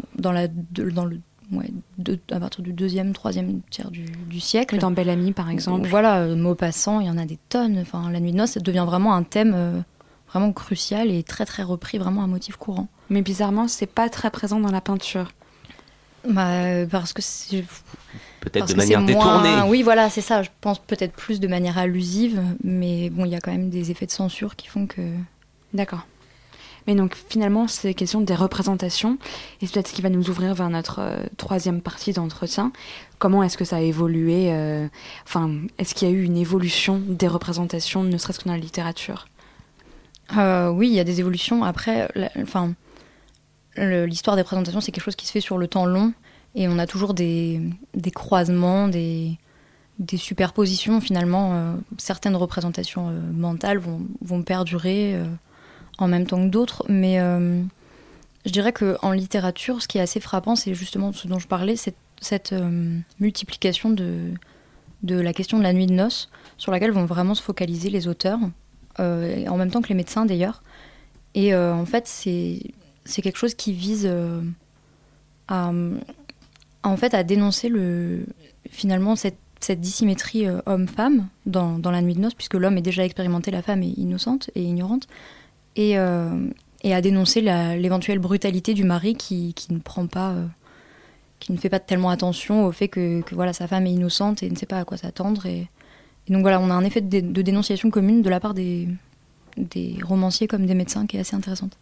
S6: À partir du 2e, 3e tiers du siècle.
S5: Dans Bel Ami, par exemple.
S6: Voilà, Maupassant, il y en a des tonnes. Enfin, la nuit de noces, ça devient vraiment un thème vraiment crucial et très très repris, vraiment un motif courant.
S5: Mais bizarrement, c'est pas très présent dans la peinture.
S6: Parce que c'est...
S1: Peut-être de manière détournée.
S6: Oui, voilà, c'est ça. Je pense peut-être plus de manière allusive, mais bon, il y a quand même des effets de censure qui font que...
S5: D'accord. Mais donc finalement, c'est question des représentations, et c'est peut-être ce qui va nous ouvrir vers notre troisième partie d'entretien. Comment est-ce que ça a évolué est-ce qu'il y a eu une évolution des représentations, ne serait-ce que dans la littérature?
S6: Oui, il y a des évolutions. Après, l'histoire des représentations, c'est quelque chose qui se fait sur le temps long, et on a toujours des croisements, des superpositions. Finalement, certaines représentations mentales vont perdurer en même temps que d'autres, mais je dirais qu'en littérature, ce qui est assez frappant, c'est justement ce dont je parlais, cette multiplication de la question de la nuit de noces, sur laquelle vont vraiment se focaliser les auteurs, en même temps que les médecins d'ailleurs. Et en fait, c'est quelque chose qui vise à dénoncer finalement cette dissymétrie homme-femme dans la nuit de noces, puisque l'homme est déjà expérimenté, la femme est innocente et ignorante. Et à dénoncer l'éventuelle brutalité du mari qui ne prend pas, qui ne fait pas tellement attention au fait que voilà, sa femme est innocente et ne sait pas à quoi s'attendre. Et donc voilà, on a un effet de dénonciation commune de la part des romanciers comme des médecins qui est assez intéressante.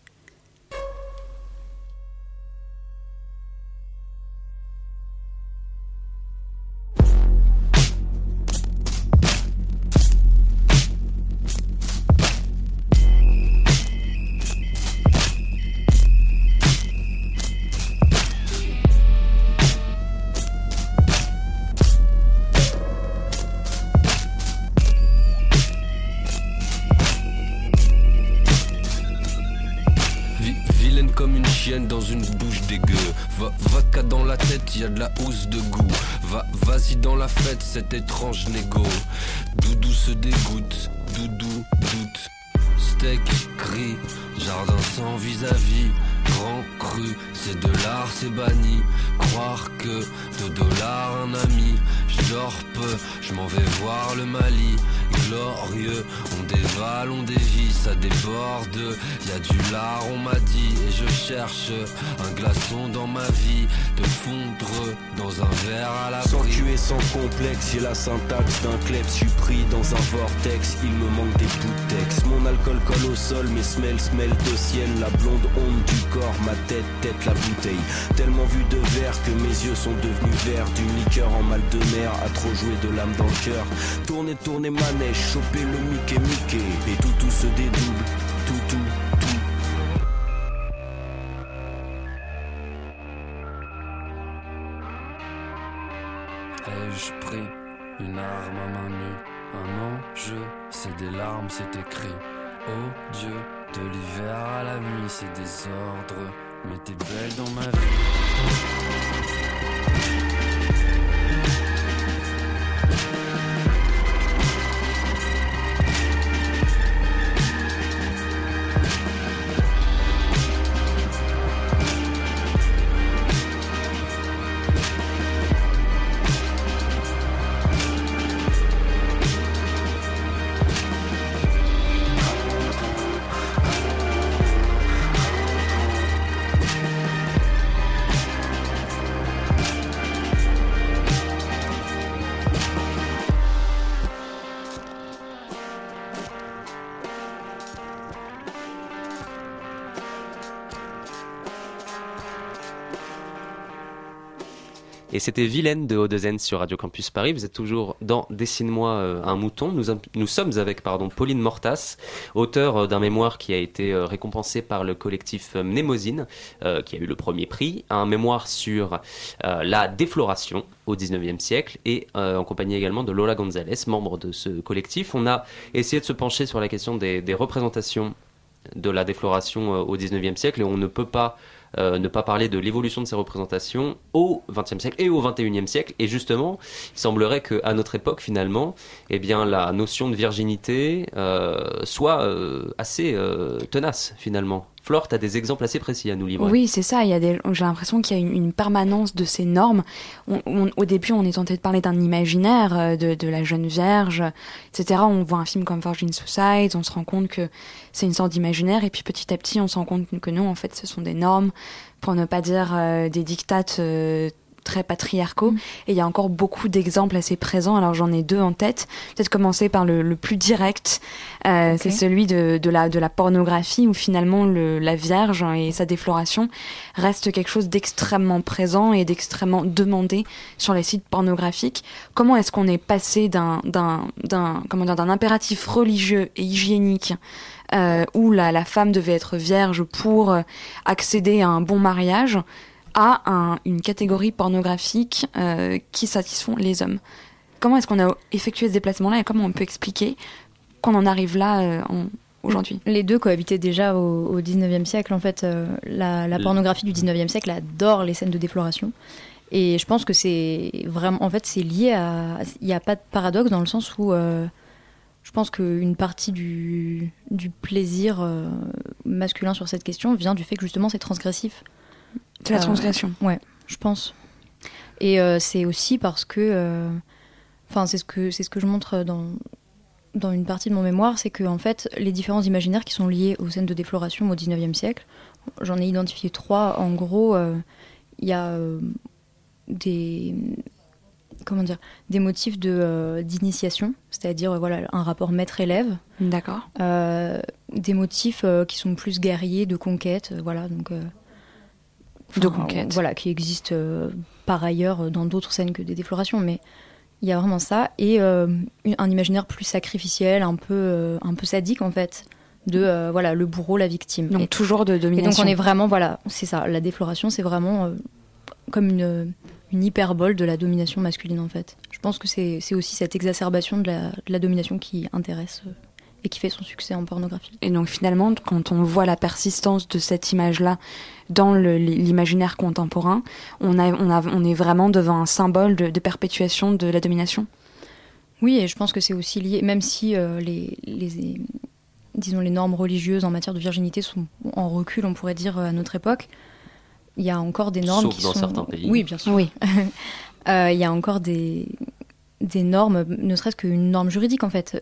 S11: Dans une bouche dégueu, vodka dans la tête, y a de la housse de goût. Vas-y dans la fête, cet étrange négo. Doudou se dégoûte, doudou doute. Steak, gris, jardin sans vis-à-vis. Grand cru, c'est de l'art, c'est banni. Croire que $2 un ami. Je dors peu, je m'en vais voir le Mali. Glorieux, on dévale, on dévie, ça déborde. Y a du lard, on m'a dit, et je cherche un glaçon dans ma vie. De fondre dans un verre à la
S12: sans cul et sans complexe, j'ai la syntaxe d'un klebs. Je suis pris dans un vortex, il me manque des bouts de texte. Mon alcool colle au sol, mes smell de ciel. La blonde onde du corps, ma tête la bouteille. Tellement vu de verre que mes yeux sont devenus verts. D'une liqueur en mal de mer, à trop jouer de l'âme dans le cœur. Tourner manège, choper le Mickey. Et tout se dédouble, tout.
S11: Ai-je pris une arme à main nue? Un enjeu, c'est des larmes, c'est écrit. Oh Dieu, de l'hiver à la nuit, c'est désordre. Mais t'es belle dans ma vie.
S1: Et c'était Vilaine de Haut-de-Zen sur Radio Campus Paris. Vous êtes toujours dans Dessine-moi un mouton. Nous sommes avec Pauline Mortas, auteure d'un mémoire qui a été récompensé par le collectif Mnémosine, qui a eu le premier prix. Un mémoire sur la défloration au 19e siècle et en compagnie également de Lola Gonzalez, membre de ce collectif. On a essayé de se pencher sur la question des représentations de la défloration au 19e siècle et on ne peut pas ne pas parler de l'évolution de ces représentations au XXe siècle et au XXIe siècle. Et justement, il semblerait qu'à notre époque, finalement, eh bien, la notion de virginité soit assez tenace, finalement. Flore, tu as des exemples assez précis à nous livrer.
S5: Oui, c'est ça. J'ai l'impression qu'il y a une permanence de ces normes. Au début, on est tenté de parler d'un imaginaire de la jeune vierge, etc. On voit un film comme Virgin Suicides, on se rend compte que c'est une sorte d'imaginaire. Et puis petit à petit, on se rend compte que non, en fait, ce sont des normes, pour ne pas dire des dictates très patriarcaux. Et il y a encore beaucoup d'exemples assez présents. Alors j'en ai deux en tête. Peut-être commencer par le plus direct. C'est celui de la pornographie où finalement la Vierge et sa défloration reste quelque chose d'extrêmement présent et d'extrêmement demandé sur les sites pornographiques. Comment est-ce qu'on est passé d'un impératif religieux et hygiénique où la femme devait être vierge pour accéder à un bon mariage à une catégorie pornographique qui satisfont les hommes. Comment est-ce qu'on a effectué ce déplacement-là et comment on peut expliquer qu'on en arrive là aujourd'hui ?
S6: Les deux cohabitaient déjà au 19e siècle. En fait, la pornographie du 19e siècle adore les scènes de défloration. Et je pense que c'est vraiment... En fait, c'est lié à... Il n'y a pas de paradoxe dans le sens où... je pense qu'une partie du plaisir masculin sur cette question vient du fait que justement c'est transgressif.
S5: C'est la transgression.
S6: Ouais, je pense. Et c'est aussi parce que... c'est ce que je montre dans une partie de mon mémoire, c'est que en fait, les différents imaginaires qui sont liés aux scènes de défloration au 19e siècle, j'en ai identifié 3. En gros, il y a des motifs d'initiation, c'est-à-dire un rapport maître-élève.
S5: D'accord.
S6: Des motifs qui sont plus guerriers, de conquête,
S5: de conquête.
S6: Qui existent par ailleurs dans d'autres scènes que des déflorations, mais il y a vraiment ça, et un imaginaire plus sacrificiel, un peu sadique en fait, de le bourreau, la victime.
S5: Donc toujours de domination.
S6: Et donc on est vraiment, c'est ça, la défloration c'est vraiment comme une hyperbole de la domination masculine en fait. Je pense que c'est aussi cette exacerbation de la domination qui intéresse et qui fait son succès en pornographie.
S5: Et donc finalement, quand on voit la persistance de cette image-là dans l'imaginaire contemporain, on est vraiment devant un symbole de perpétuation de la domination.
S6: Oui, et je pense que c'est aussi lié, même si les normes religieuses en matière de virginité sont en recul, on pourrait dire, à notre époque, il y a encore des normes
S1: Sauf dans certains pays.
S6: Oui, bien sûr.
S5: Oui.
S6: Il y a encore des normes, ne serait-ce qu'une norme juridique en fait.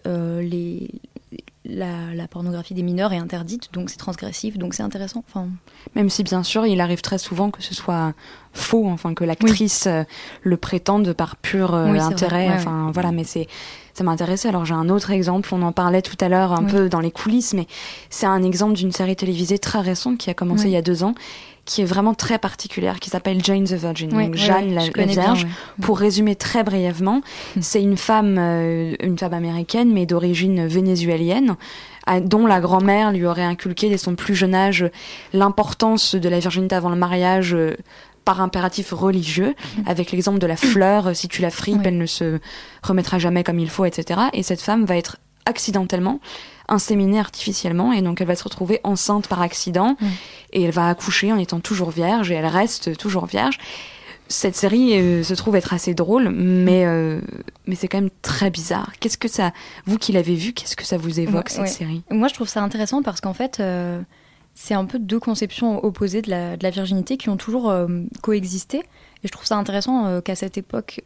S6: La pornographie des mineurs est interdite, donc c'est transgressif, donc c'est intéressant.
S5: Même si bien sûr il arrive très souvent que ce soit faux, que l'actrice le prétende par pur intérêt. Mais ça m'intéressait. Alors j'ai un autre exemple, on en parlait tout à l'heure un peu dans les coulisses, mais c'est un exemple d'une série télévisée très récente qui a commencé il y a 2 ans, qui est vraiment très particulière, qui s'appelle Jane the Virgin. Donc Jeanne la Vierge. Bien, Pour résumer très brièvement, c'est une femme américaine, mais d'origine vénézuélienne, dont la grand-mère lui aurait inculqué dès son plus jeune âge l'importance de la virginité avant le mariage par impératif religieux, avec l'exemple de la fleur, si tu la fripes, elle ne se remettra jamais comme il faut, etc. Et cette femme va être accidentellement inséminée artificiellement, et donc elle va se retrouver enceinte par accident, et elle va accoucher en étant toujours vierge, et elle reste toujours vierge. Cette série se trouve être assez drôle, mais c'est quand même très bizarre. Qu'est-ce que ça, vous qui l'avez vu, qu'est-ce que ça vous évoque, cette série ?
S6: Moi, je trouve ça intéressant parce qu'en fait, c'est un peu 2 conceptions opposées de la virginité qui ont toujours coexisté. Et je trouve ça intéressant qu'à cette époque,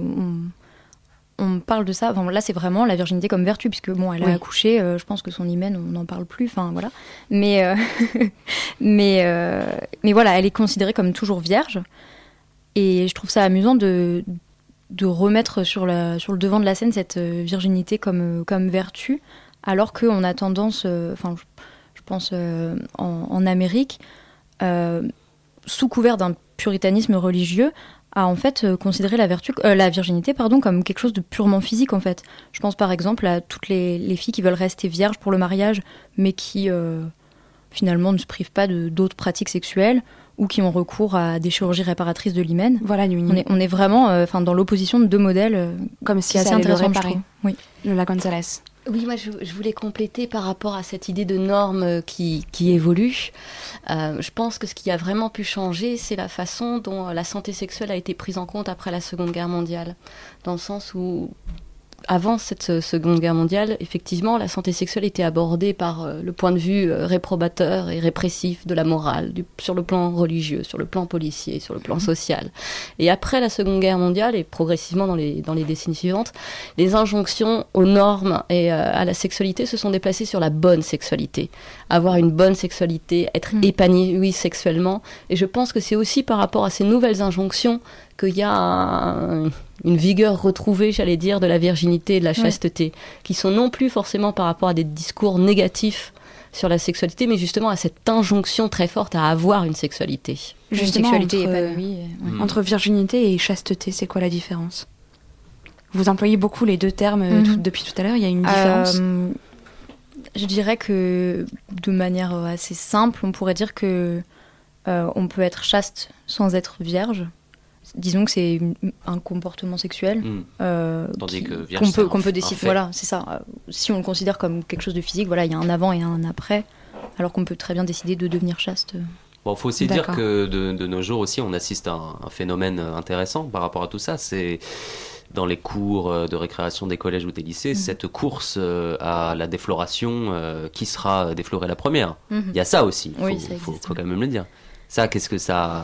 S6: on parle de ça. Là, c'est vraiment la virginité comme vertu, puisque elle a accouché. Je pense que son hymen, on n'en parle plus. Voilà. Mais voilà, elle est considérée comme toujours vierge. Et je trouve ça amusant de remettre sur le devant de la scène cette virginité comme vertu, alors qu'on a tendance, je pense en Amérique, sous couvert d'un puritanisme religieux, à en fait considérer la virginité comme quelque chose de purement physique en fait. Je pense par exemple à toutes les filles qui veulent rester vierges pour le mariage, mais qui finalement ne se privent pas d'autres pratiques sexuelles ou qui ont recours à des chirurgies réparatrices de l'hymen.
S5: Voilà,
S6: on est vraiment dans l'opposition de deux modèles,
S5: comme si
S6: c'est assez intéressant, je trouve.
S5: Oui. Lola Gonzalez.
S7: Oui, moi je voulais compléter par rapport à cette idée de normes qui évolue. Je pense que ce qui a vraiment pu changer, c'est la façon dont la santé sexuelle a été prise en compte après la Seconde Guerre mondiale. Dans le sens où, avant cette Seconde Guerre mondiale, effectivement, la santé sexuelle était abordée par le point de vue réprobateur et répressif de la morale, sur le plan religieux, sur le plan policier, sur le plan social. Et après la Seconde Guerre mondiale, et progressivement dans les décennies suivantes, les injonctions aux normes et à la sexualité se sont déplacées sur la bonne sexualité. Avoir une bonne sexualité, être épanoui sexuellement. Et je pense que c'est aussi par rapport à ces nouvelles injonctions qu'il y a une vigueur retrouvée, j'allais dire, de la virginité et de la chasteté, qui sont non plus forcément par rapport à des discours négatifs sur la sexualité, mais justement à cette injonction très forte à avoir une sexualité.
S5: Justement,
S6: une sexualité épanouie.
S5: Entre virginité et chasteté, c'est quoi la différence ? Vous employez beaucoup les deux termes depuis tout à l'heure, il y a une différence ?
S6: Je dirais que de manière assez simple, on pourrait dire que on peut être chaste sans être vierge. Disons que c'est un comportement sexuel
S1: Tandis que vierge,
S6: qu'on peut décider. Voilà, c'est ça. Si on le considère comme quelque chose de physique, voilà, il y a un avant et un après, alors qu'on peut très bien décider de devenir chaste.
S1: Bon, faut aussi dire que de nos jours aussi, on assiste à un phénomène intéressant par rapport à tout ça. C'est dans les cours de récréation des collèges ou des lycées, cette course à la défloration, qui sera déflorée la première. Il y a ça aussi, faut quand même le dire. Ça, qu'est-ce que ça...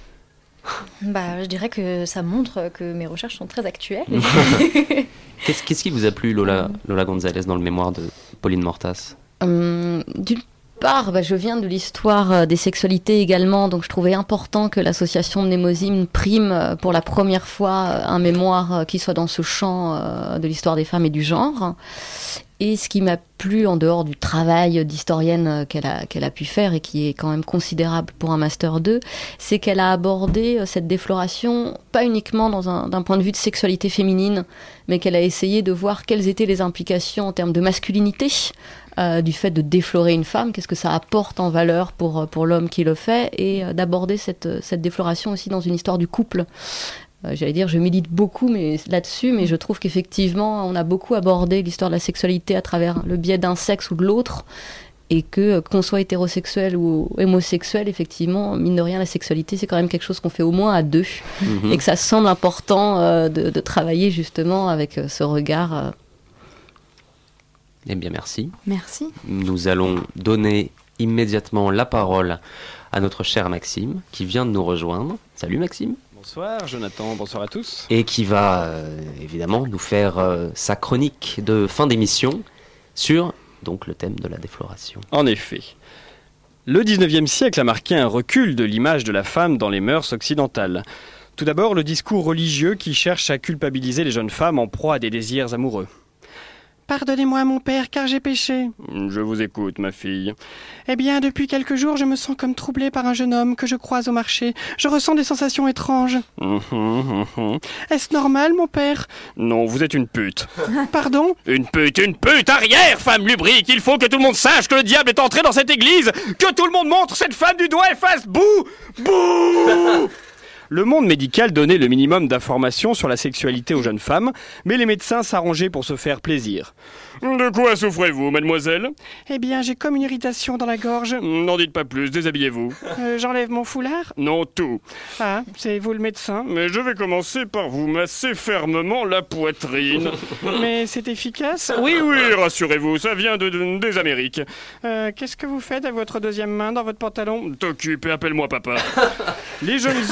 S6: Je dirais que ça montre que mes recherches sont très actuelles.
S1: Qu'est-ce qui vous a plu, Lola Gonzalez, dans le mémoire de Pauline Mortas ?
S7: D'une part, je viens de l'histoire des sexualités également, donc je trouvais important que l'association Mnémosyne prime pour la première fois un mémoire qui soit dans ce champ de l'histoire des femmes et du genre. Et ce qui m'a plu, en dehors du travail d'historienne qu'elle a pu faire et qui est quand même considérable pour un Master 2, c'est qu'elle a abordé cette défloration pas uniquement d'un point de vue de sexualité féminine, mais qu'elle a essayé de voir quelles étaient les implications en termes de masculinité du fait de déflorer une femme, qu'est-ce que ça apporte en valeur pour l'homme qui le fait, et d'aborder cette défloration aussi dans une histoire du couple. J'allais dire, je milite beaucoup là-dessus, mais je trouve qu'effectivement, on a beaucoup abordé l'histoire de la sexualité à travers le biais d'un sexe ou de l'autre, et qu'on soit hétérosexuel ou homosexuel, effectivement, mine de rien, la sexualité, c'est quand même quelque chose qu'on fait au moins à deux, et que ça semble important de travailler justement avec ce regard.
S1: Eh bien, merci.
S5: Merci.
S1: Nous allons donner immédiatement la parole à notre cher Maxime, qui vient de nous rejoindre. Salut Maxime.
S13: Bonsoir Jonathan, bonsoir à tous.
S1: Et qui va évidemment nous faire sa chronique de fin d'émission sur donc le thème de la défloration.
S13: En effet, le 19e siècle a marqué un recul de l'image de la femme dans les mœurs occidentales. Tout d'abord, le discours religieux qui cherche à culpabiliser les jeunes femmes en proie à des désirs amoureux. Pardonnez-moi mon père, car j'ai péché. Je vous écoute, ma fille. Eh bien, depuis quelques jours, je me sens comme troublée par un jeune homme que je croise au marché. Je ressens des sensations étranges. Est-ce normal, mon père? Non, vous êtes une pute. Pardon? Une pute, arrière, femme lubrique. Il faut que tout le monde sache que le diable est entré dans cette église. Que tout le monde montre cette femme du doigt et fasse bouh! Bouh! Le monde médical donnait le minimum d'informations sur la sexualité aux jeunes femmes, mais les médecins s'arrangeaient pour se faire plaisir. De quoi souffrez-vous, mademoiselle? Eh bien, j'ai comme une irritation dans la gorge. N'en dites pas plus, déshabillez-vous. J'enlève mon foulard? Non, tout. Ah, c'est vous le médecin? Mais je vais commencer par vous masser fermement la poitrine. Mais c'est efficace? Oui, rassurez-vous, ça vient des Amériques. Qu'est-ce que vous faites à votre deuxième main dans votre pantalon? T'occupe et appelle-moi papa. Les jeunes hommes, quant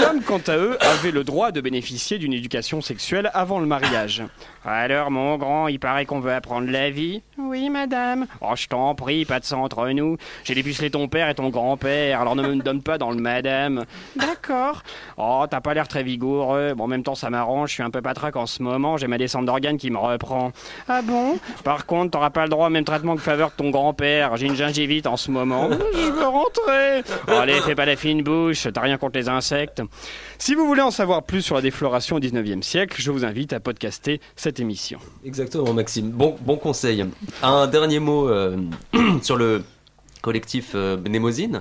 S13: à eux, avaient le droit de bénéficier d'une éducation sexuelle avant le mariage. Alors, mon grand, il paraît qu'on veut apprendre la vie. Oui, madame. Oh, je t'en prie, pas de ça entre nous. J'ai dépucelé ton père et ton grand-père, alors ne me donne pas dans le madame. D'accord. Oh, t'as pas l'air très vigoureux. Bon, en même temps, ça m'arrange, je suis un peu patraque en ce moment, j'ai ma descente d'organes qui me reprend. Ah bon? Par contre, t'auras pas le droit au même traitement que faveur que ton grand-père. J'ai une gingivite en ce moment. Je veux rentrer. Oh, allez, fais pas la fine bouche, t'as rien contre les insectes. Si vous voulez en savoir plus sur la défloration au 19e siècle, je vous invite à podcaster cette émission.
S1: Exactement, Maxime. Bon conseil. Un dernier mot sur le collectif Mnémosyne.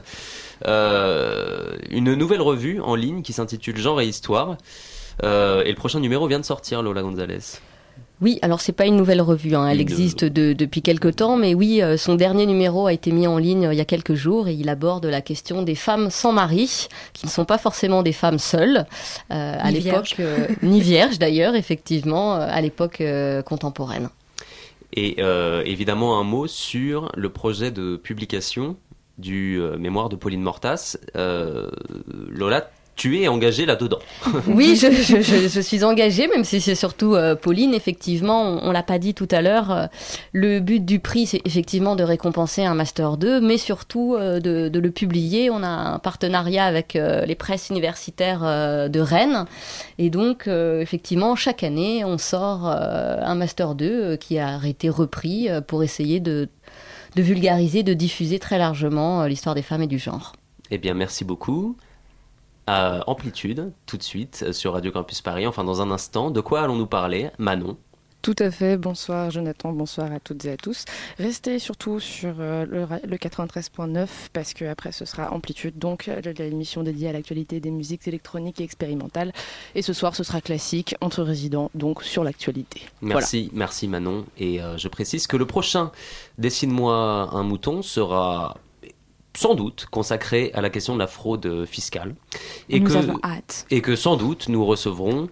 S1: Une nouvelle revue en ligne qui s'intitule Genre et Histoire. Et le prochain numéro vient de sortir, Lola Gonzalez.
S7: Oui, alors c'est pas une nouvelle revue, elle existe depuis quelques temps, mais oui, son dernier numéro a été mis en ligne il y a quelques jours et il aborde la question des femmes sans mari, qui ne sont pas forcément des femmes seules, à l'époque, ni vierges d'ailleurs, effectivement, à l'époque contemporaine. Et
S1: évidemment un mot sur le projet de publication du mémoire de Pauline Mortas. Lola, tu es engagée là-dedans.
S7: Oui, je suis engagée, même si c'est surtout Pauline. Effectivement, on l'a pas dit tout à l'heure, le but du prix, c'est effectivement de récompenser un Master 2, mais surtout de le publier. On a un partenariat avec les presses universitaires de Rennes. Et donc, effectivement, chaque année, on sort un Master 2 qui a été repris pour essayer de vulgariser, de diffuser très largement l'histoire des femmes et du genre.
S1: Eh bien, merci beaucoup. Amplitude, tout de suite, sur Radio Campus Paris. Enfin, dans un instant, de quoi allons-nous parler, Manon?
S14: Tout à fait, bonsoir Jonathan, bonsoir à toutes et à tous. Restez surtout sur le 93.9 parce qu'après ce sera Amplitude, donc l'émission dédiée à l'actualité des musiques électroniques et expérimentales. Et ce soir ce sera classique, entre résidents, donc sur l'actualité.
S1: Merci Manon. Et je précise que le prochain Dessine-moi un mouton sera sans doute consacré à la question de la fraude fiscale.
S5: Nous avons hâte.
S1: Et que sans doute nous recevrons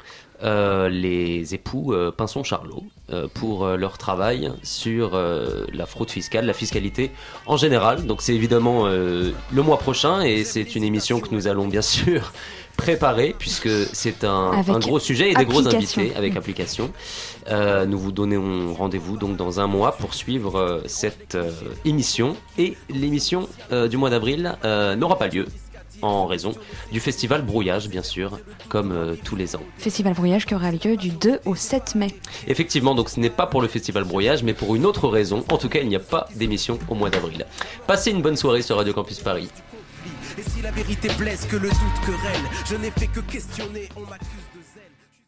S1: les époux Pinson-Charlot pour leur travail sur la fraude fiscale, la fiscalité en général. Donc c'est évidemment le mois prochain et c'est une émission que nous allons bien sûr préparer puisque c'est un gros sujet et des gros invités avec application. Nous vous donnons rendez-vous donc dans un mois pour suivre cette émission et l'émission du mois d'avril n'aura pas lieu en raison du festival Brouillage, bien sûr, comme tous les ans.
S5: Festival Brouillage qui aura lieu du 2 au 7 mai.
S1: Effectivement, donc ce n'est pas pour le festival Brouillage, mais pour une autre raison. En tout cas, il n'y a pas d'émission au mois d'avril. Passez une bonne soirée sur Radio Campus Paris. Et si la vérité blesse, que le doute querelle, je n'ai fait que questionner, on m'accuse de zèle.